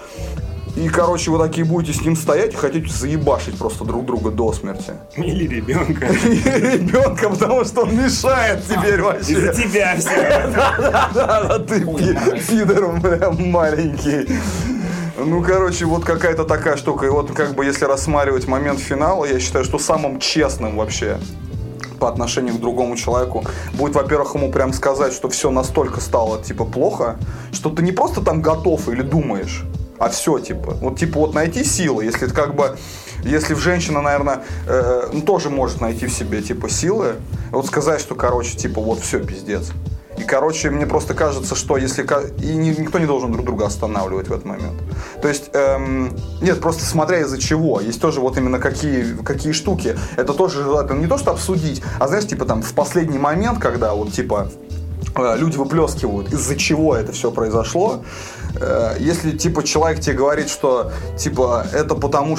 и, короче, вы такие будете с ним стоять и хотите заебашить просто друг друга до смерти. Или ребенка. Или ребенка, потому что он мешает теперь вообще. Из-за тебя все. Да-да-да, ты пидор, бля, маленький. Ну, короче, вот какая-то такая штука. И вот, как бы, если рассматривать момент финала, я считаю, что самым честным вообще по отношению к другому человеку будет, во-первых, ему прям сказать, что все настолько стало, типа, плохо, что ты не просто там готов или думаешь, а все, типа, вот, типа, вот найти силы, если как бы, если женщина, наверное, э, ну, тоже может найти в себе, типа, силы, вот сказать, что, короче, типа, вот все, пиздец. И, короче, мне просто кажется, что если... И никто не должен друг друга останавливать в этот момент. То есть, эм, нет, просто смотря из-за чего. Есть тоже вот именно какие, какие штуки. Это тоже желательно не то, что обсудить, а, знаешь, типа там в последний момент, когда вот, типа, люди выплескивают, из-за чего это все произошло. Если, типа, человек тебе говорит, что, типа, это потому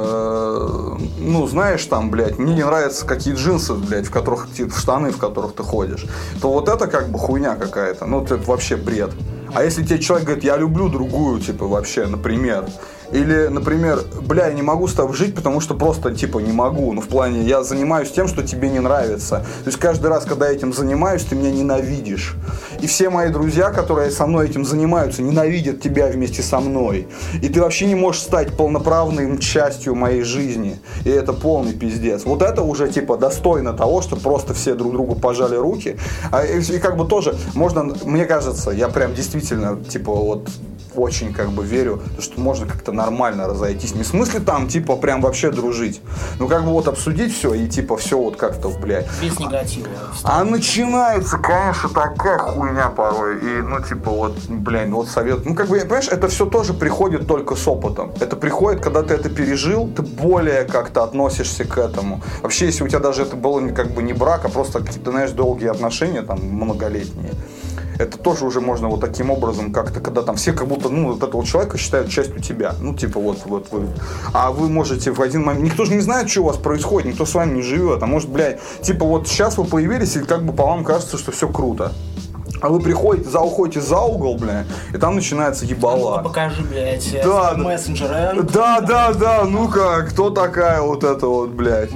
что, ну, знаешь, там, блядь, мне не нравятся какие джинсы, блядь, в которых, типа, штаны, в которых ты ходишь, то вот это как бы хуйня какая-то, ну, это вообще бред. А если тебе человек говорит, я люблю другую, типа, вообще, например, или, например, бля, я не могу с тобой жить, потому что просто, типа, не могу. Ну, в плане, я занимаюсь тем, что тебе не нравится. То есть, каждый раз, когда я этим занимаюсь, ты меня ненавидишь. И все мои друзья, которые со мной этим занимаются, ненавидят тебя вместе со мной. И ты вообще не можешь стать полноправной частью моей жизни. И это полный пиздец. Вот это уже, типа, достойно того, что просто все друг другу пожали руки. А, и, и как бы тоже можно, мне кажется, я прям действительно, типа, вот... очень как бы верю, что можно как-то нормально разойтись. Не в смысле там, типа, прям вообще дружить. Ну, как бы вот обсудить все и, типа, все вот как-то, блядь. Без негатива. А начинается, конечно, такая хуйня порой. И, ну, типа, вот, блядь, вот совет. Ну, как бы, понимаешь, это все тоже приходит только с опытом. Это приходит, когда ты это пережил, ты более как-то относишься к этому. Вообще, если у тебя даже это было как бы не брак, а просто какие-то, знаешь, долгие отношения, там, многолетние, это тоже уже можно вот таким образом как-то, когда там все как будто, ну, вот этого человека считают частью тебя. Ну, типа, вот, вот вы. А вы можете в один момент... Никто же не знает, что у вас происходит, никто с вами не живет. А может, блядь, типа, вот сейчас вы появились, и как бы по вам кажется, что все круто. А вы приходите, за, уходите за угол, бля, и там начинается ебала. Ну, покажи, блядь, да, мессенджер. Да, да, да, ну-ка, кто такая вот эта вот, блядь?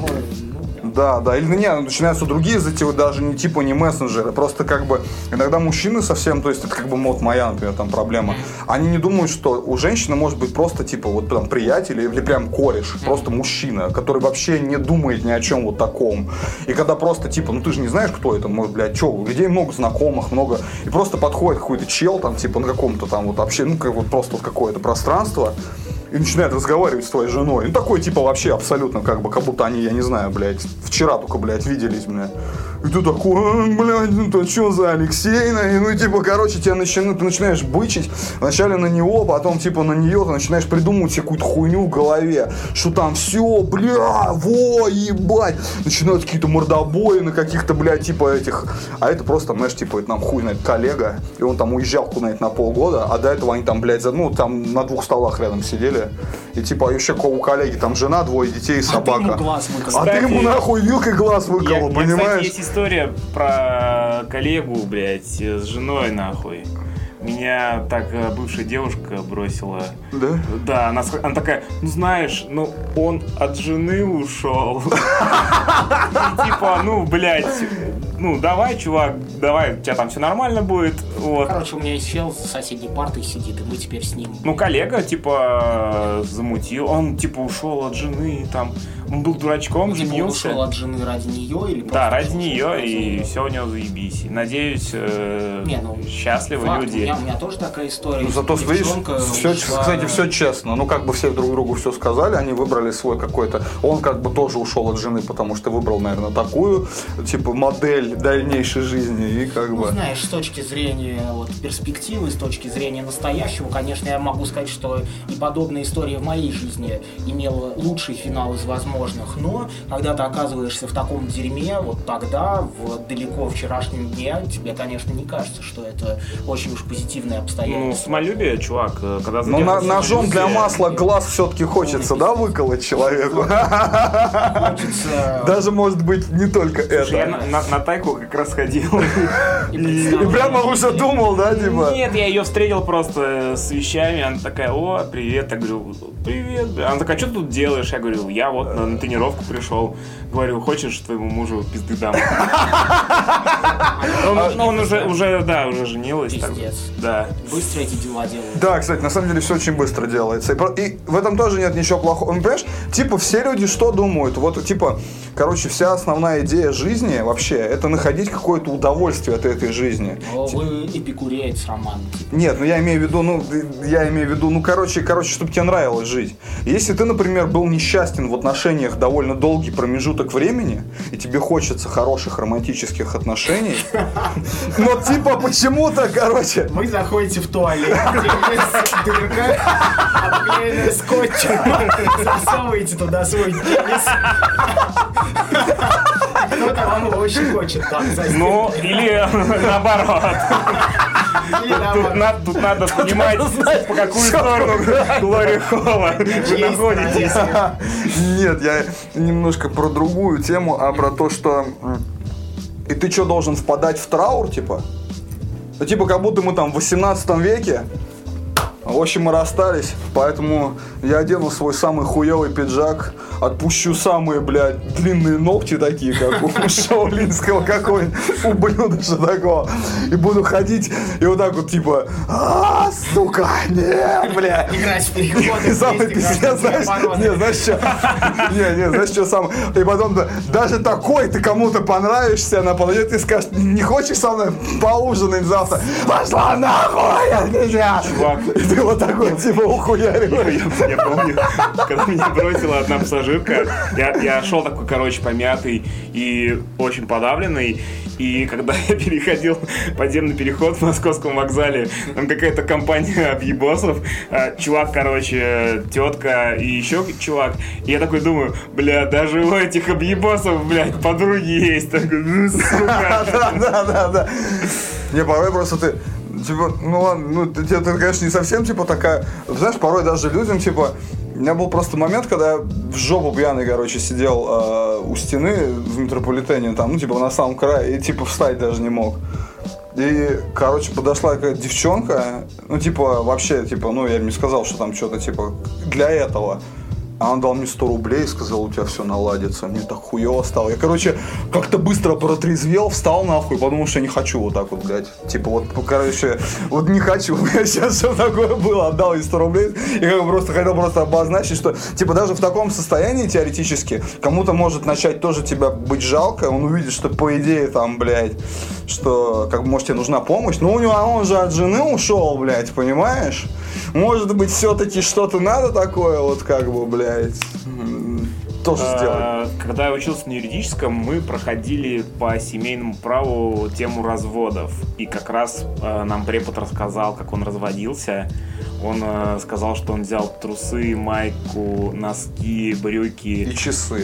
Да, да, или не, начинаются другие затеи, даже не типа не мессенджеры, просто как бы иногда мужчины совсем, то есть это как бы вот моя, например, там проблема, они не думают, что у женщины может быть просто типа вот прям приятель или прям кореш, просто мужчина, который вообще не думает ни о чем вот таком. И когда просто типа, ну ты же не знаешь, кто это, может, блядь, что, у людей много знакомых, много, и просто подходит какой-то чел там типа на каком-то там вот вообще, ну как вот просто вот какое-то пространство, и начинает разговаривать с твоей женой. Ну, такой, типа, вообще абсолютно, как бы, как будто они, я не знаю, блядь, вчера только, блядь, виделись, блядь. И ты такой, а, блядь, ну, то что за Алексей? И, ну, типа, короче, тебя начи... ты начинаешь бычить. Вначале на него, потом, типа, на нее. Ты начинаешь придумывать себе какую-то хуйню в голове. Что там все, бля, во, ебать. Начинают какие-то мордобои на каких-то, блядь, типа, этих. А это просто, знаешь, типа, это нам хуй, знает, коллега. И он там уезжал куда-нибудь на полгода. А до этого они там, блядь, за... ну, там на двух столах рядом сидели. И типа, а еще у коллеги там жена, двое детей и собака. А ты ему глаз выколол. А ты ему нахуй вилкой глаз выколол, я, понимаешь? Кстати, есть история про коллегу, блядь, с женой, нахуй. Меня так бывшая девушка бросила. Да? Да, она, она такая, ну знаешь, ну он от жены ушел. Типа, ну, блядь, ну давай, чувак, давай, у тебя там все нормально будет. Вот. Короче, у меня есть чел за соседней партой сидит, и мы теперь с ним. Ну, коллега, типа, замутил, он, типа, ушел от жены, там, он был дурачком, ну, типа, женился. Он ушел от жены ради нее или да, ради нее, ради и нее? Все у него заебись. Надеюсь, э, Не, ну, счастливы факт, люди. У меня, у меня тоже такая история. Ну, зато, видишь, все, ушла... кстати, все честно. Ну, как бы все друг другу все сказали, они выбрали свой какой-то... Он как бы тоже ушел от жены, потому что выбрал, наверное, такую, типа, модель дальнейшей жизни, и как ну, бы... Ну, знаешь, с точки зрения вот, перспективы, с точки зрения настоящего, конечно, я могу сказать, что и подобная история в моей жизни имела лучший финал из возможных, но когда ты оказываешься в таком дерьме, вот тогда, в далеко вчерашнем дне, тебе, конечно, не кажется, что это очень уж позитивное обстоятельство. Ну, самолюбие, чувак, когда Ну, на, ножом для масла глаз все-таки хочется, да, выколоть человеку? Хочется... Даже, может быть, не только это. Я на, на, на тайку как раз ходил. И, и прямо уже думал, да, типа? Нет, я ее встретил просто с вещами, она такая, о, привет, я говорю, привет, она такая, что ты тут делаешь? Я говорю, я вот на, на тренировку пришел, говорю, хочешь твоему мужу пизды дам? Ну, он уже, уже, да, уже женилась. Пиздец. Да. Быстро эти дела делают. Да, кстати, на самом деле все очень быстро делается. И в этом тоже нет ничего плохого. Ну, понимаешь, типа, все люди что думают? Вот, типа, короче, вся основная идея жизни вообще, это находить какое-то удовольствие от этой жизни. Но вы эпикуреец, Роман. Нет, ну я имею в виду, ну, я имею в виду, ну, короче, короче, чтобы тебе нравилось жить. Если ты, например, был несчастен в отношениях довольно долгий промежуток времени, и тебе хочется хороших романтических отношений, но типа почему-то, короче... Вы заходите в туалет, где есть дырка, обклеенная скотчем, засовываете туда свой пенис. Кто-то вам его очень хочет так засунуть. Ну, или наоборот. Тут, надо, тут надо понимать, по какую сторону Глори Холла вы находитесь. Нет, я немножко про другую тему, а про то, что... И ты что, должен впадать в траур, типа? Ну, типа, как будто мы там в восемнадцатом веке. В общем, мы расстались, поэтому я одену свой самый хуёвый пиджак, отпущу самые, блядь, длинные ногти такие, как у шаолинского какого-нибудь ублюдоча такого. И буду ходить и вот так вот, типа, а, сука, нет, блядь. Играть в переходы. Самый пиздец, знаешь, не, знаешь что? Не, не, знаешь что сам? И потом даже такой ты кому-то понравишься, она подойдет и скажет, не хочешь со мной поужинать завтра? Пошла нахуй, нельзя. Чувак. И ты вот такой, типа, ухуяриваешь. Я помню, когда меня бросила одна пассажирка, я, я шел такой, короче, помятый и очень подавленный. И когда я переходил подземный переход в московском вокзале, там какая-то компания объебосов, чувак, короче, тетка и еще чувак. И я такой думаю, бля, даже у этих объебосов, блядь, подруги есть. Такой, ну, сука. Да, да, да, да. Не, порой просто ты, типа, ну ладно, ну ты, ты, конечно, не совсем, типа, такая, знаешь, порой даже людям, типа, у меня был просто момент, когда я в жопу пьяный, короче, сидел э, у стены в метрополитене, там, ну, типа, на самом крае, и, типа, встать даже не мог. И, короче, подошла какая-то девчонка, ну, типа, вообще, типа, ну, я им не сказал, что там что-то, типа, для этого. А он дал мне сто рублей и сказал, у тебя все наладится. Мне так хуево стало. Я, короче, как-то быстро протрезвел, встал нахуй, потому что я не хочу вот так вот, блядь. Типа вот, короче, вот не хочу. Сейчас что такое было, отдал ей сто рублей. И как бы просто хотел просто обозначить, что, типа, даже в таком состоянии теоретически кому-то может начать тоже тебя быть жалко. Он увидит, что по идее там, блядь, что, как бы, может, тебе нужна помощь. Но у него, а он же от жены ушел, блядь, понимаешь? Может быть, все-таки что-то надо такое, вот как бы, блядь, тоже сделать. Когда я учился на юридическом, мы проходили по семейному праву тему разводов. И как раз нам препод рассказал, как он разводился. Он сказал, что он взял трусы, майку, носки, брюки и часы,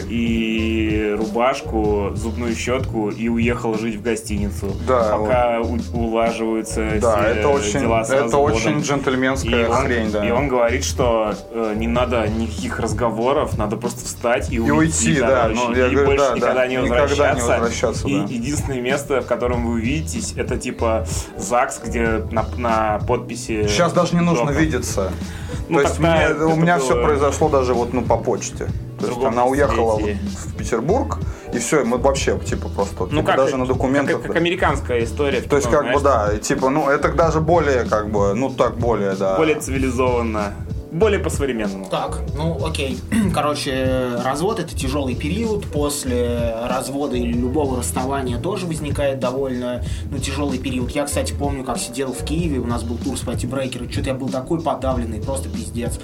и рубашку, зубную щетку и уехал жить в гостиницу, да, пока вот улаживаются да, все это очень, дела с это разводом. очень джентльменская и он, хрень, да. И он говорит, что э, не надо никаких разговоров, надо просто встать и, и уйти, уйти, да, ну, я и говорю, больше да, никогда, да, не, никогда возвращаться. не возвращаться. И да. единственное место, в котором вы увидитесь, это типа ЗАГС, где на, на подписи. Сейчас даже не нужно дока. видеться. Ну, то есть мне, у меня было... все произошло даже вот, ну, по почте. То есть она уехала вот в Петербург, и все, мы вообще, типа, просто, ну, типа, как, даже на документах. Как, как американская история. То есть, как знаешь, бы, да, и, типа, ну, это даже более, как бы, ну, так, более, да. Более цивилизованно. Более по-современному. Так, ну окей. Короче, развод — это тяжелый период. После развода или любого расставания тоже возникает довольно, ну, тяжелый период. Я, кстати, помню, как сидел в Киеве, у нас был тур с патибрейкера, что-то я был такой подавленный, просто пиздец.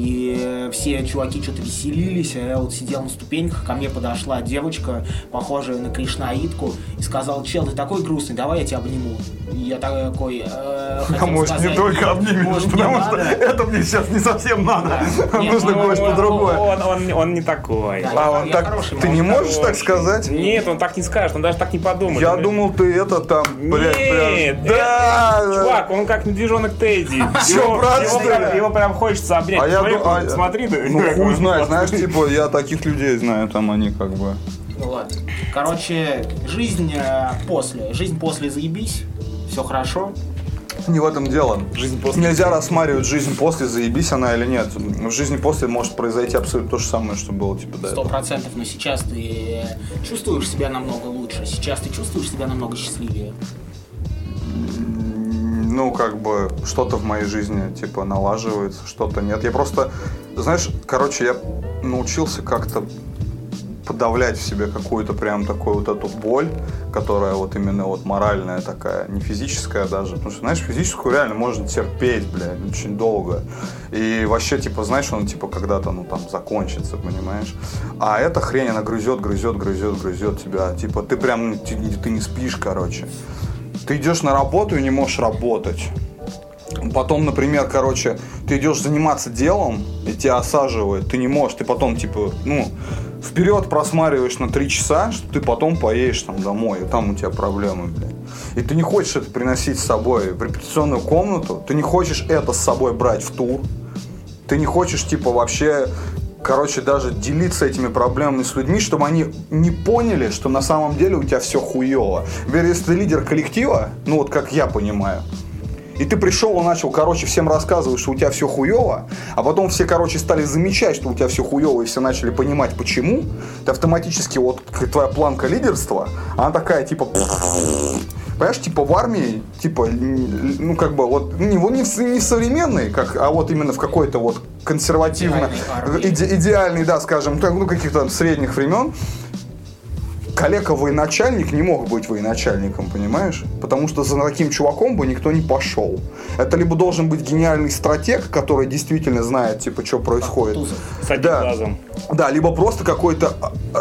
И все чуваки что-то веселились, а я вот сидел на ступеньках, ко мне подошла девочка, похожая на кришнаитку, и сказала: чел, ты такой грустный, давай я тебя обниму. И я такой... Э, а может, сказать, не только обнимешь, потому что это мне сейчас не совсем надо. Да. Нужно кое-что другое. Он, он, он не такой. Да, а он так, хороший, ты не можешь хороший. Так сказать? Нет, он так не скажет, он даже так не подумает. Я думал, ты это там, блядь, Нет, прям... Да, это, чувак, он как медвежонок Тедди. Что, брат, его, прям, его прям хочется обнять. А Смотри, я, а, смотри, да. Ну, хуй знает, знаешь, типа, я таких людей знаю, там они как бы... Ну ладно. Короче, жизнь после. Жизнь после заебись. Все хорошо. Не в этом дело. Жизнь после. Нельзя рассматривать жизнь после, заебись она или нет. В жизни после может произойти абсолютно то же самое, что было типа до этого. Сто процентов, но сейчас ты чувствуешь себя намного лучше. Сейчас ты чувствуешь себя намного счастливее. Ну, как бы, что-то в моей жизни, типа, налаживается, что-то нет. Я просто, знаешь, короче, я научился как-то подавлять в себе какую-то прям такую вот эту боль, которая вот именно вот моральная такая, не физическая даже. Потому что, знаешь, физическую реально можно терпеть, блядь, очень долго. И вообще, типа, знаешь, он типа когда-то, ну, там, закончится, понимаешь? А эта хрень, она грызет, грызет, грызет, грызет тебя. Типа, ты прям, ты, ты не спишь, короче. Ты идешь на работу и не можешь работать. Потом, например, короче, ты идешь заниматься делом, и тебя осаживает, ты не можешь, ты потом, типа, ну, вперед просматриваешь на три часа, что ты потом поедешь там домой, и там у тебя проблемы, блядь. И ты не хочешь это приносить с собой в репетиционную комнату, ты не хочешь это с собой брать в тур, ты не хочешь, типа, вообще, короче, даже делиться этими проблемами с людьми, чтобы они не поняли, что на самом деле у тебя все хуево. Например, если ты лидер коллектива, ну вот как я понимаю, и ты пришел и начал, короче, всем рассказывать, что у тебя все хуево, а потом все, короче, стали замечать, что у тебя все хуево, и все начали понимать, почему, ты автоматически, вот, твоя планка лидерства, она такая, типа... Понимаешь, типа в армии, типа, ну, как бы, вот, не, не, в, не в современной, как, а вот именно в какой-то вот консервативно, иде, идеальный, да, скажем, ну, каких-то средних времен, коллега-военачальник не мог быть военачальником, понимаешь? Потому что за таким чуваком бы никто не пошел. Это либо должен быть гениальный стратег, который действительно знает, типа, что происходит. С одним да. глазом. Да, либо просто какой-то,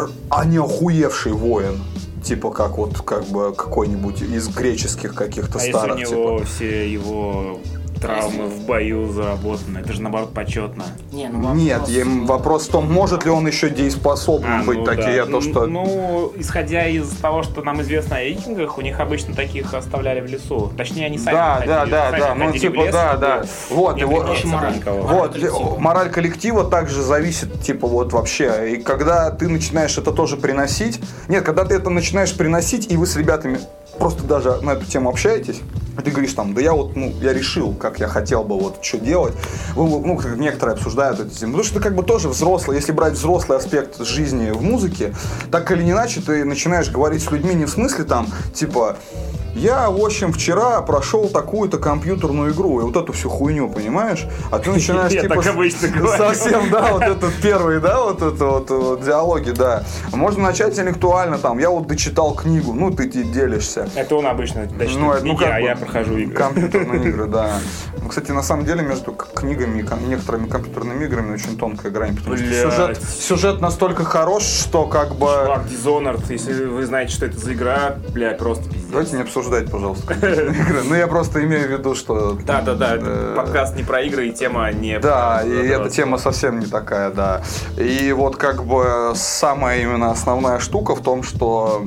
а не охуевший воин. Типа как вот как бы какой-нибудь из греческих каких-то а старых. А если у него типа... все его травмы в бою заработаны, это же наоборот почетно. Не, ну, вопрос... Нет, им вопрос в том, может ли он еще дееспособным а, быть ну, такие, да. то что. Ну, исходя из того, что нам известно о викингах, у них обычно таких оставляли в лесу. Точнее, они сами да, ходили. Да, да, сами да, ну типа, в лес, да, да. Вот, и вот, мораль. вот, коллектива. Мораль коллектива также зависит, типа, вот вообще. И когда ты начинаешь это тоже приносить. Нет, когда ты это начинаешь приносить, и вы с ребятами просто даже на эту тему общаетесь, и ты говоришь там, да я вот, ну, я решил, как я хотел бы вот что делать. Вы, ну, как некоторые обсуждают эти темы. Потому что ты как бы тоже взрослый, если брать взрослый аспект жизни в музыке, так или иначе ты начинаешь говорить с людьми не в смысле там, типа, я, в общем, вчера прошел такую-то компьютерную игру, и вот эту всю хуйню, понимаешь? А ты начинаешь, типа, совсем, да, вот этот первый, да, вот это вот диалоги, да. Можно начать интеллектуально, там, я вот дочитал книгу, ну, ты делишься. Это он обычно дочитает книги, ну, а я прохожу игры. Компьютерные игры, да. Кстати, на самом деле, между книгами и некоторыми компьютерными играми очень тонкая грань, потому что сюжет, сюжет настолько хорош, что как бы... Чувак, Dishonored, если вы знаете, что это за игра, бля, просто пиздец. Давайте не обсуждать, пожалуйста, игры. Ну, я просто имею в виду, что... Да-да-да, подкаст не про игры, и тема не... Да, и эта тема совсем не такая, да. И вот как бы самая именно основная штука в том, что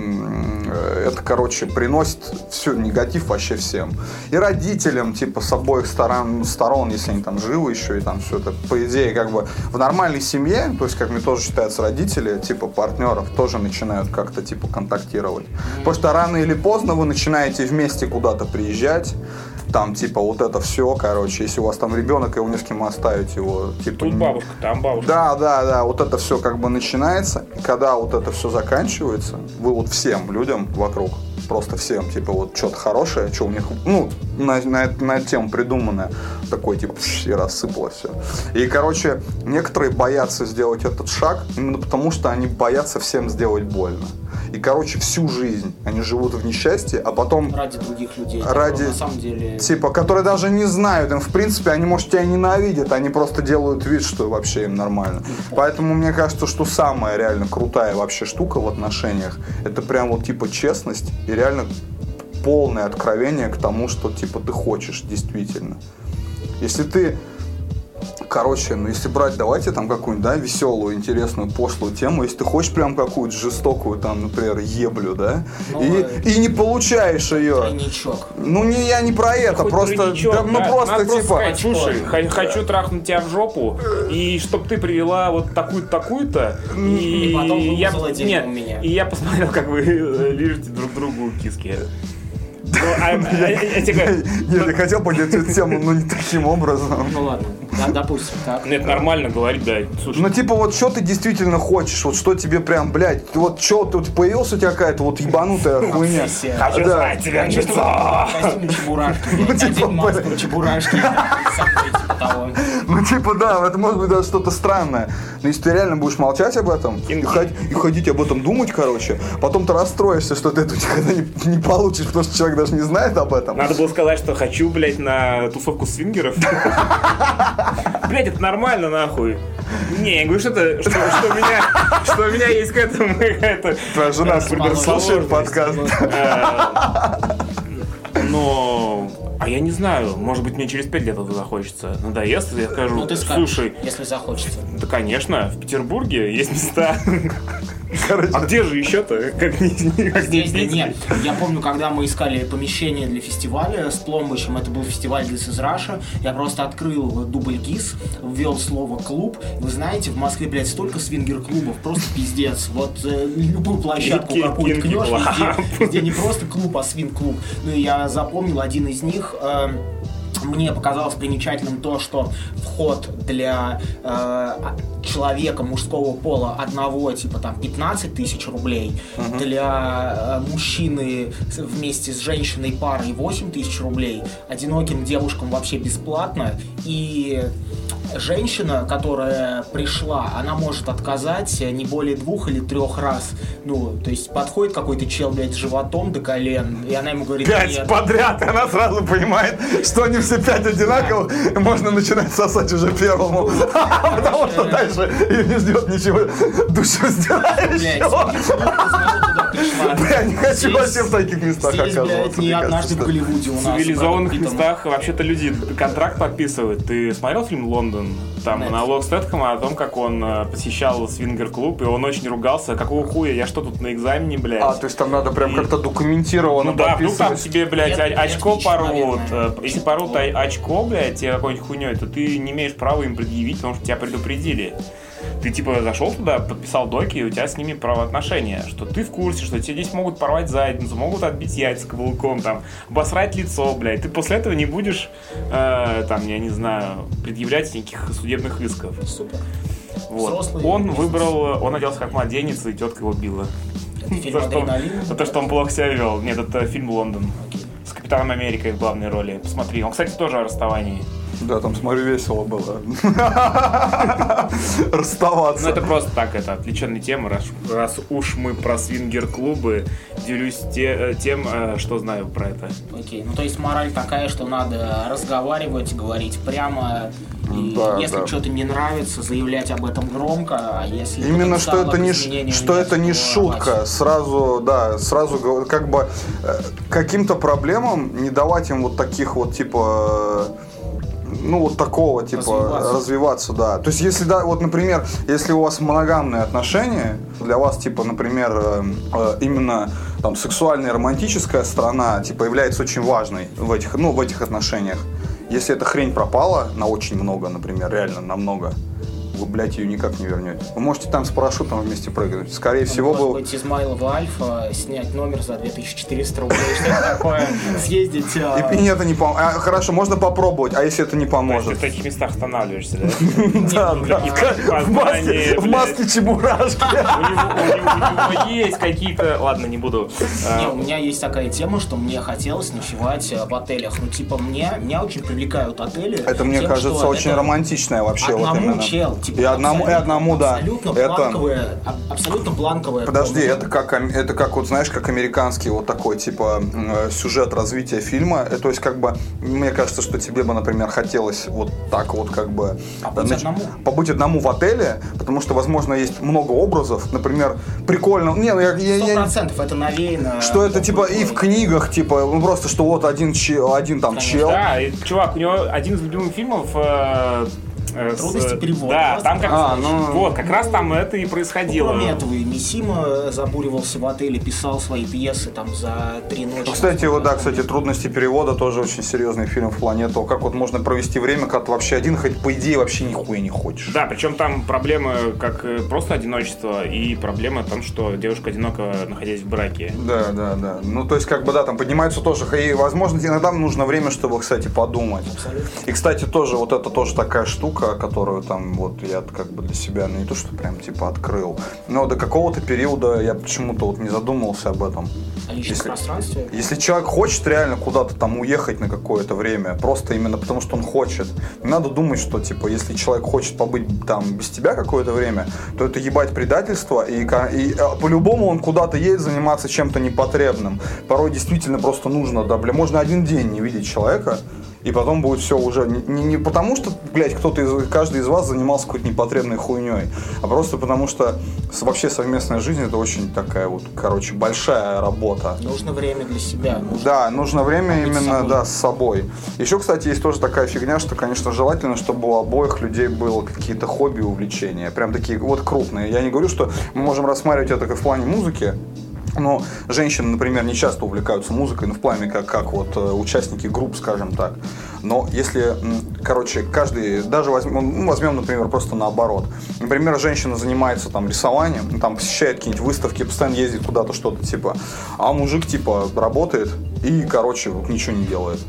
это, короче, приносит всю негатив вообще всем. И родителям, типа, с обоих сторон, сторон, если они там живы еще, и там все это, по идее, как бы в нормальной семье, то есть, как мне тоже считаются родители, типа, партнеров, тоже начинают как-то, типа, контактировать. Потому что рано или поздно вы начинаете вместе куда-то приезжать, там, типа, вот это все, короче, если у вас там ребенок, и вы не с кем оставить его, типа... Тут бабушка, там бабушка. Да, да, да, вот это все как бы начинается, и когда вот это все заканчивается, вы вот всем людям вокруг, просто всем, типа, вот что-то хорошее, что у них, ну, на, на, на эту тему придуманное, такой, типа, и рассыпалось все. И, короче, некоторые боятся сделать этот шаг, именно потому, что они боятся всем сделать больно. И, короче, всю жизнь они живут в несчастье, а потом... Ради других людей. Ради, на самом деле... Типа, которые даже не знают, им, в принципе, они, может, тебя ненавидят, они просто делают вид, что вообще им нормально. Поэтому мне кажется, что самая реально крутая вообще штука в отношениях, это прям вот, типа, честность и реально полное откровение к тому, что, типа, ты хочешь действительно. Если ты... Короче, ну если брать, давайте там какую-нибудь, да, веселую, интересную, пошлую тему, если ты хочешь прям какую-то жестокую, там, например, еблю, да, ну, и, и не получаешь ее. Тройничок. Ну, не, я не про это, хоть просто, тройничок, да, ну да, просто надо типа... Сказать, слушай, х- хочу трахнуть тебя в жопу, и чтоб ты привела вот такую-то, такую-то, и, и потом я, нет, у меня. И я посмотрел, как вы лижете друг другу киски. Ну, а, а, я, тебе говорю, Нет, я хотел поднять эту тему, но не таким образом. Ну ладно, да, допустим, так. Ну это нормально говорить, да. Слушай. Ну типа вот что ты действительно хочешь, вот что тебе прям, блядь, вот что тут появилась у тебя какая-то вот ебанутая хуйня. Хочу знать тебя в лицо. Костюм чебурашки, одень маску чебурашки. Ну типа да, это может быть даже что-то странное. Но если ты реально будешь молчать об этом и ходить об этом думать, короче, потом ты расстроишься, что ты это никогда не получишь, потому что человек даже не знает об этом. Надо было сказать, что хочу, блядь, на тусовку свингеров. Блядь, это нормально, нахуй. Не, я говорю, что это, что, что, у меня, что у меня есть к этому какая-то... Твоя жена слушает подкаст. Но... А я не знаю, может быть, мне через пять лет это захочется. Надоест, я скажу, ну, ты слушай... скажешь, если захочется. Да, конечно, в Петербурге есть места. Короче. А где же еще-то? Как не, как здесь, да нет. Я помню, когда мы искали помещение для фестиваля с Пломбычем, это был фестиваль This is Russia, я просто открыл дубль ГИС, ввел слово «клуб». Вы знаете, в Москве, блядь, столько свингер-клубов, просто пиздец. Вот э, любую площадку какую-то кнешь, везде, везде не просто клуб, а свинг-клуб. Ну и я запомнил один из них, э, мне показалось примечательным то, что вход для э, человека мужского пола одного, типа там пятнадцать тысяч рублей, uh-huh. для э, мужчины вместе с женщиной парой восемь тысяч рублей, одиноким девушкам вообще бесплатно, и женщина, которая пришла, она может отказать не более двух или трех раз. Ну, то есть подходит какой-то чел, блядь, с животом до колен, и она ему говорит: пять нет. подряд, и она сразу понимает, что они все пять одинаковых, и можно начинать сосать уже первому. Потому что дальше ее не ждет ничего душераздирающего. Бля, не хочу вообще в таких местах оказываться. Здесь, блядь, не однажды в Голливуде у нас. В цивилизованных местах вообще-то люди контракт подписывают. Ты смотрел фильм «Лондон»? Там монолог Стэтхэма о том, как он посещал свингер-клуб, и он очень ругался. Какого хуя? Я что тут на экзамене, блядь? А, то есть там надо прям и... как-то документированно ну, да, подписывать. Ну там тебе, блядь, Нет, очко нет, порвут. наверное. Если порвут очко, блядь, тебе какой-нибудь хуйней, то ты не имеешь права им предъявить, потому что тебя предупредили. Ты типа зашел туда, подписал доки, и у тебя с ними правоотношения, что ты в курсе, что тебе здесь могут порвать задницу, могут отбить яйца каблуком, там, обосрать лицо, блядь. Ты после этого не будешь, э, там, я не знаю, предъявлять никаких судебных исков. Супер. Вот. Взрослый он бизнес. выбрал, он оделся как младенец, и тетка его била. Это фильм За, что, «Адреналин»? за то, что он плохо себя вел. Нет, это фильм «Лондон». Окей. С Капитаном Америкой в главной роли. Посмотри. Он, кстати, тоже о расставании. Да, там, смотрю, весело было. Расставаться. Ну, это просто так, это отвлеченная тема. Раз, раз уж мы про свингер-клубы, делюсь те, тем, что знаю про это. Окей, ну то есть мораль такая, что надо разговаривать, говорить прямо. И да, если да. что-то не нравится, заявлять об этом громко, а если именно что это не что это не шутка, сразу, да, сразу как бы каким-то проблемам не давать им вот таких вот типа. Ну, вот такого, типа, развиваться. развиваться, да. То есть, если, да, вот, например, если у вас моногамные отношения, для вас, типа, например, э, именно там сексуальная и романтическая сторона, типа, является очень важной в этих, ну, в этих отношениях. Если эта хрень пропала на очень много, например, реально на много, вы, блядь, ее никак не вернете. Вы можете там с парашютом вместе прыгнуть. Скорее ну, всего, может был... быть, Измайлова Альфа, снять номер за две тысячи четыреста рублей, что-то такое, съездить... И нет, это не поможет. А, хорошо, можно попробовать, а если это не поможет? Ты в таких местах останавливаешься, да? Да, да. В маске чебурашки. У него есть какие-то... Ладно, не буду. Не, у меня есть такая тема, что мне хотелось ночевать в отелях. Ну, типа, мне меня очень привлекают отели. Это, мне кажется, очень романтичное вообще. Одному чел. И одному, и одному, да. Абсолютно это... бланковая, абсолютно бланковая. Подожди, это как, это как, вот знаешь, как американский вот такой, типа, сюжет развития фильма. То есть, как бы, мне кажется, что тебе бы, например, хотелось вот так вот, как бы... Побыть нач... одному. Побыть одному в отеле, потому что, возможно, есть много образов. Например, прикольно... Не, ну, я, Сто процентов это навеяно. Что это, типа, и в книгах, типа, ну, просто, что вот один, чел, один там Конечно. чел. Да, и, чувак, у него один из любимых фильмов... Э- Трудности с... перевода. Да, там как, а, ну... вот, как раз там это и происходило. Кроме этого, и Мисима забуривался в отеле, писал свои пьесы там за три ночи. Кстати, вот да, кстати, «Трудности перевода» тоже очень серьезный фильм в плане того, как вот можно провести время, когда ты вообще один, хоть по идее вообще нихуя не хочешь. Да, причем там проблемы как просто одиночество и проблема в том, что девушка одинока, находясь в браке. Да, да, да. Ну, то есть, как бы, да, там поднимаются тоже, и, возможно, иногда нужно время, чтобы, кстати, подумать. Абсолютно. И, кстати, тоже вот это тоже такая штука, которую там вот я как бы для себя, ну, не то, что прям типа открыл, но до какого-то периода я почему-то вот не задумывался об этом. О личном если, пространстве? Если человек хочет реально куда-то там уехать на какое-то время, просто именно потому, что он хочет, не надо думать, что, типа, если человек хочет побыть там без тебя какое-то время, то это ебать предательство, и, и по-любому он куда-то едет заниматься чем-то непотребным. Порой действительно просто нужно, да, бля, можно один день не видеть человека, и потом будет все уже не, не, не потому, что, блядь, кто-то из, каждый из вас занимался какой-то непотребной хуйней, а просто потому, что вообще совместная жизнь это очень такая вот, короче, большая работа. Нужно время для себя. Нужно да, нужно время именно, с да, с собой. Еще, кстати, есть тоже такая фигня, что, конечно, желательно, чтобы у обоих людей было какие-то хобби, увлечения. Прям такие вот крупные. Я не говорю, что мы можем рассматривать это как в плане музыки. Но женщины, например, не часто увлекаются музыкой, ну, в плане как, как вот участники групп, скажем так. Но если, короче, каждый, даже возьмем, возьмем, например, просто наоборот. Например, женщина занимается там рисованием, там посещает какие-нибудь выставки, постоянно ездит куда-то, что-то типа, а мужик типа работает и, короче, вот ничего не делает.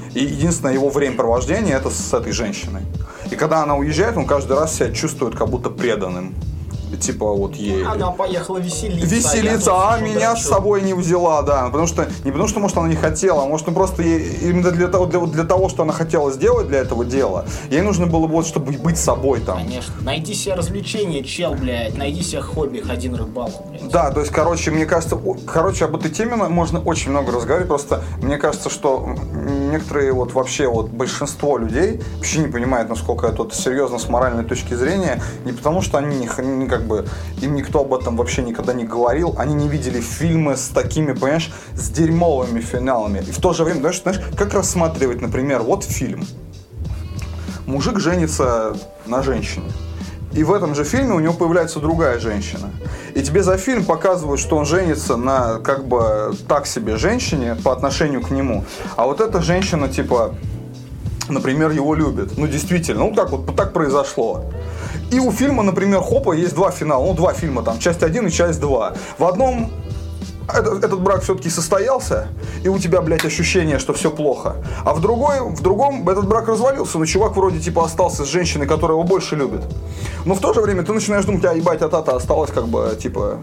И единственное его времяпровождение это с этой женщиной. И когда она уезжает, он каждый раз себя чувствует как будто преданным. Типа вот ей... Она поехала веселиться. Веселиться, а, а меня с собой не взяла, да. Потому что, не потому что, может, она не хотела, а может, ну просто ей, именно для того, для, для того, что она хотела сделать для этого дела, ей нужно было вот, чтобы быть собой там. Конечно. Найди себе развлечение, чел, блядь. Найди себе хобби, ходи на рыбалку, блядь. Да, то есть, короче, мне кажется, короче, об этой теме можно очень много разговаривать. Просто мне кажется, что некоторые вот вообще вот большинство людей вообще не понимают, насколько это вот серьезно с моральной точки зрения. Не потому, что они не, не как бы им никто об этом вообще никогда не говорил, они не видели фильмы с такими, понимаешь, с дерьмовыми финалами. И в то же время, знаешь, знаешь, как рассматривать, например, вот фильм. Мужик женится на женщине. И в этом же фильме у него появляется другая женщина. И тебе за фильм показывают, что он женится на как бы так себе женщине по отношению к нему. А вот эта женщина, типа, например, его любит. Ну, действительно, ну так вот так произошло. И у фильма, например, хопа, есть два финала. Ну, два фильма там, часть один и часть два. В одном этот, этот брак все-таки состоялся, и у тебя, блядь, ощущение, что все плохо. А в, другой, в другом этот брак развалился, но чувак вроде типа остался с женщиной, которая его больше любит. Но в то же время ты начинаешь думать, а ебать, а-та-та осталась как бы, типа...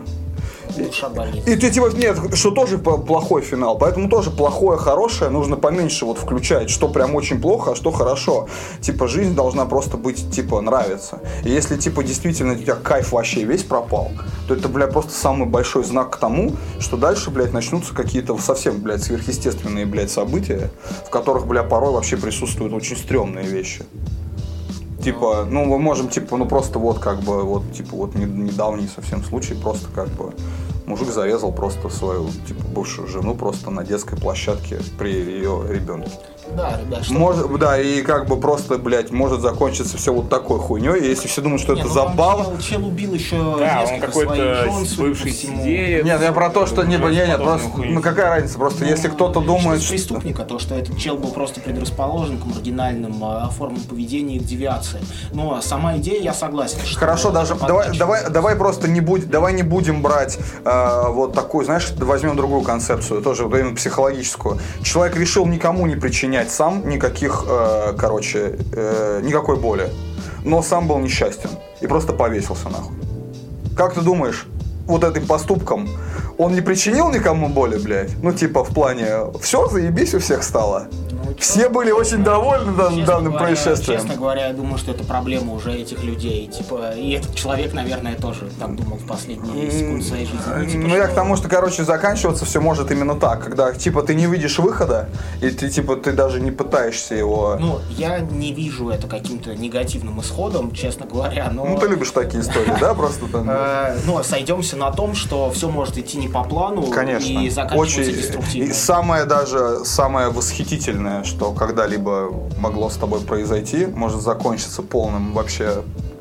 И, и ты типа, нет, что тоже плохой финал, поэтому тоже плохое, хорошее нужно поменьше вот включать, что прям очень плохо, а что хорошо. Типа жизнь должна просто быть, типа, нравиться. И если, типа, действительно у тебя кайф вообще весь пропал, то это, блядь, просто самый большой знак к тому, что дальше, блядь, начнутся какие-то совсем, блядь, сверхъестественные, блядь, события, в которых, блядь, порой вообще присутствуют очень стрёмные вещи. Типа, ну, мы можем, типа, ну, просто вот, как бы, вот, типа, вот недавний совсем случай, просто, как бы, мужик зарезал просто свою, типа, бывшую жену просто на детской площадке при ее ребенке. Да, ребят, что может, да, и как бы просто, блядь, может закончиться все вот такой хуйней, и если все думают, что не, это ну, забава. Чел, чел убил еще да, он какой-то бывший сидеец. Нет, я про то, что не, нет, нет, просто, ну какая разница, просто ну, если кто-то думает, что... преступника, то, что этот чел был просто предрасположен к маргинальным а, формам поведения и к девиации. Но сама идея, я согласен. Что хорошо, даже, давай, давай, давай просто не будь, давай не будем брать э, вот такую, знаешь, возьмем другую концепцию, тоже вот именно психологическую. Человек решил никому не причинять сам никаких, э, короче, э, никакой боли, но сам был несчастен и просто повесился нахуй. Как ты думаешь, вот этим поступком он не причинил никому боли, блядь? Ну, типа, в плане, все, заебись у всех стало. Ну, все были очень довольны дан, данным говоря, происшествием. Честно говоря, я думаю, что это проблема уже этих людей. Типа, и этот человек, наверное, тоже так думал в последние секунды своей жизни. Ну, типа, ну что... я к тому, что, короче, заканчиваться все может именно так, когда, типа, ты не видишь выхода, и ты, типа, ты даже не пытаешься его... Ну, я не вижу это каким-то негативным исходом, честно говоря, но... Ну, ты любишь такие истории, да, просто там... Ну, сойдемся на том, что все может идти не по плану. Конечно. И заканчиваться очень... деструктивно. И самое даже, самое восхитительное, что когда-либо могло с тобой произойти, может закончиться полным вообще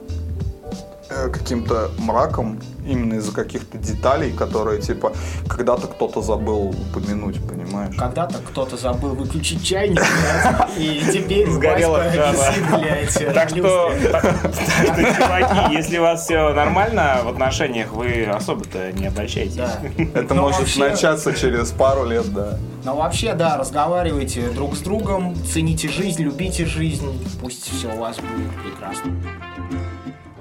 э, каким-то мраком, именно из-за каких-то деталей, которые, типа, когда-то кто-то забыл упомянуть, понимаешь? Когда-то кто-то забыл выключить чайник, и теперь сгорела висит, Так что, чуваки, если у вас все нормально в отношениях, вы особо-то не обольщайтесь. Это может начаться через пару лет, да. Но вообще, да, разговаривайте друг с другом, цените жизнь, любите жизнь, пусть все у вас будет прекрасно.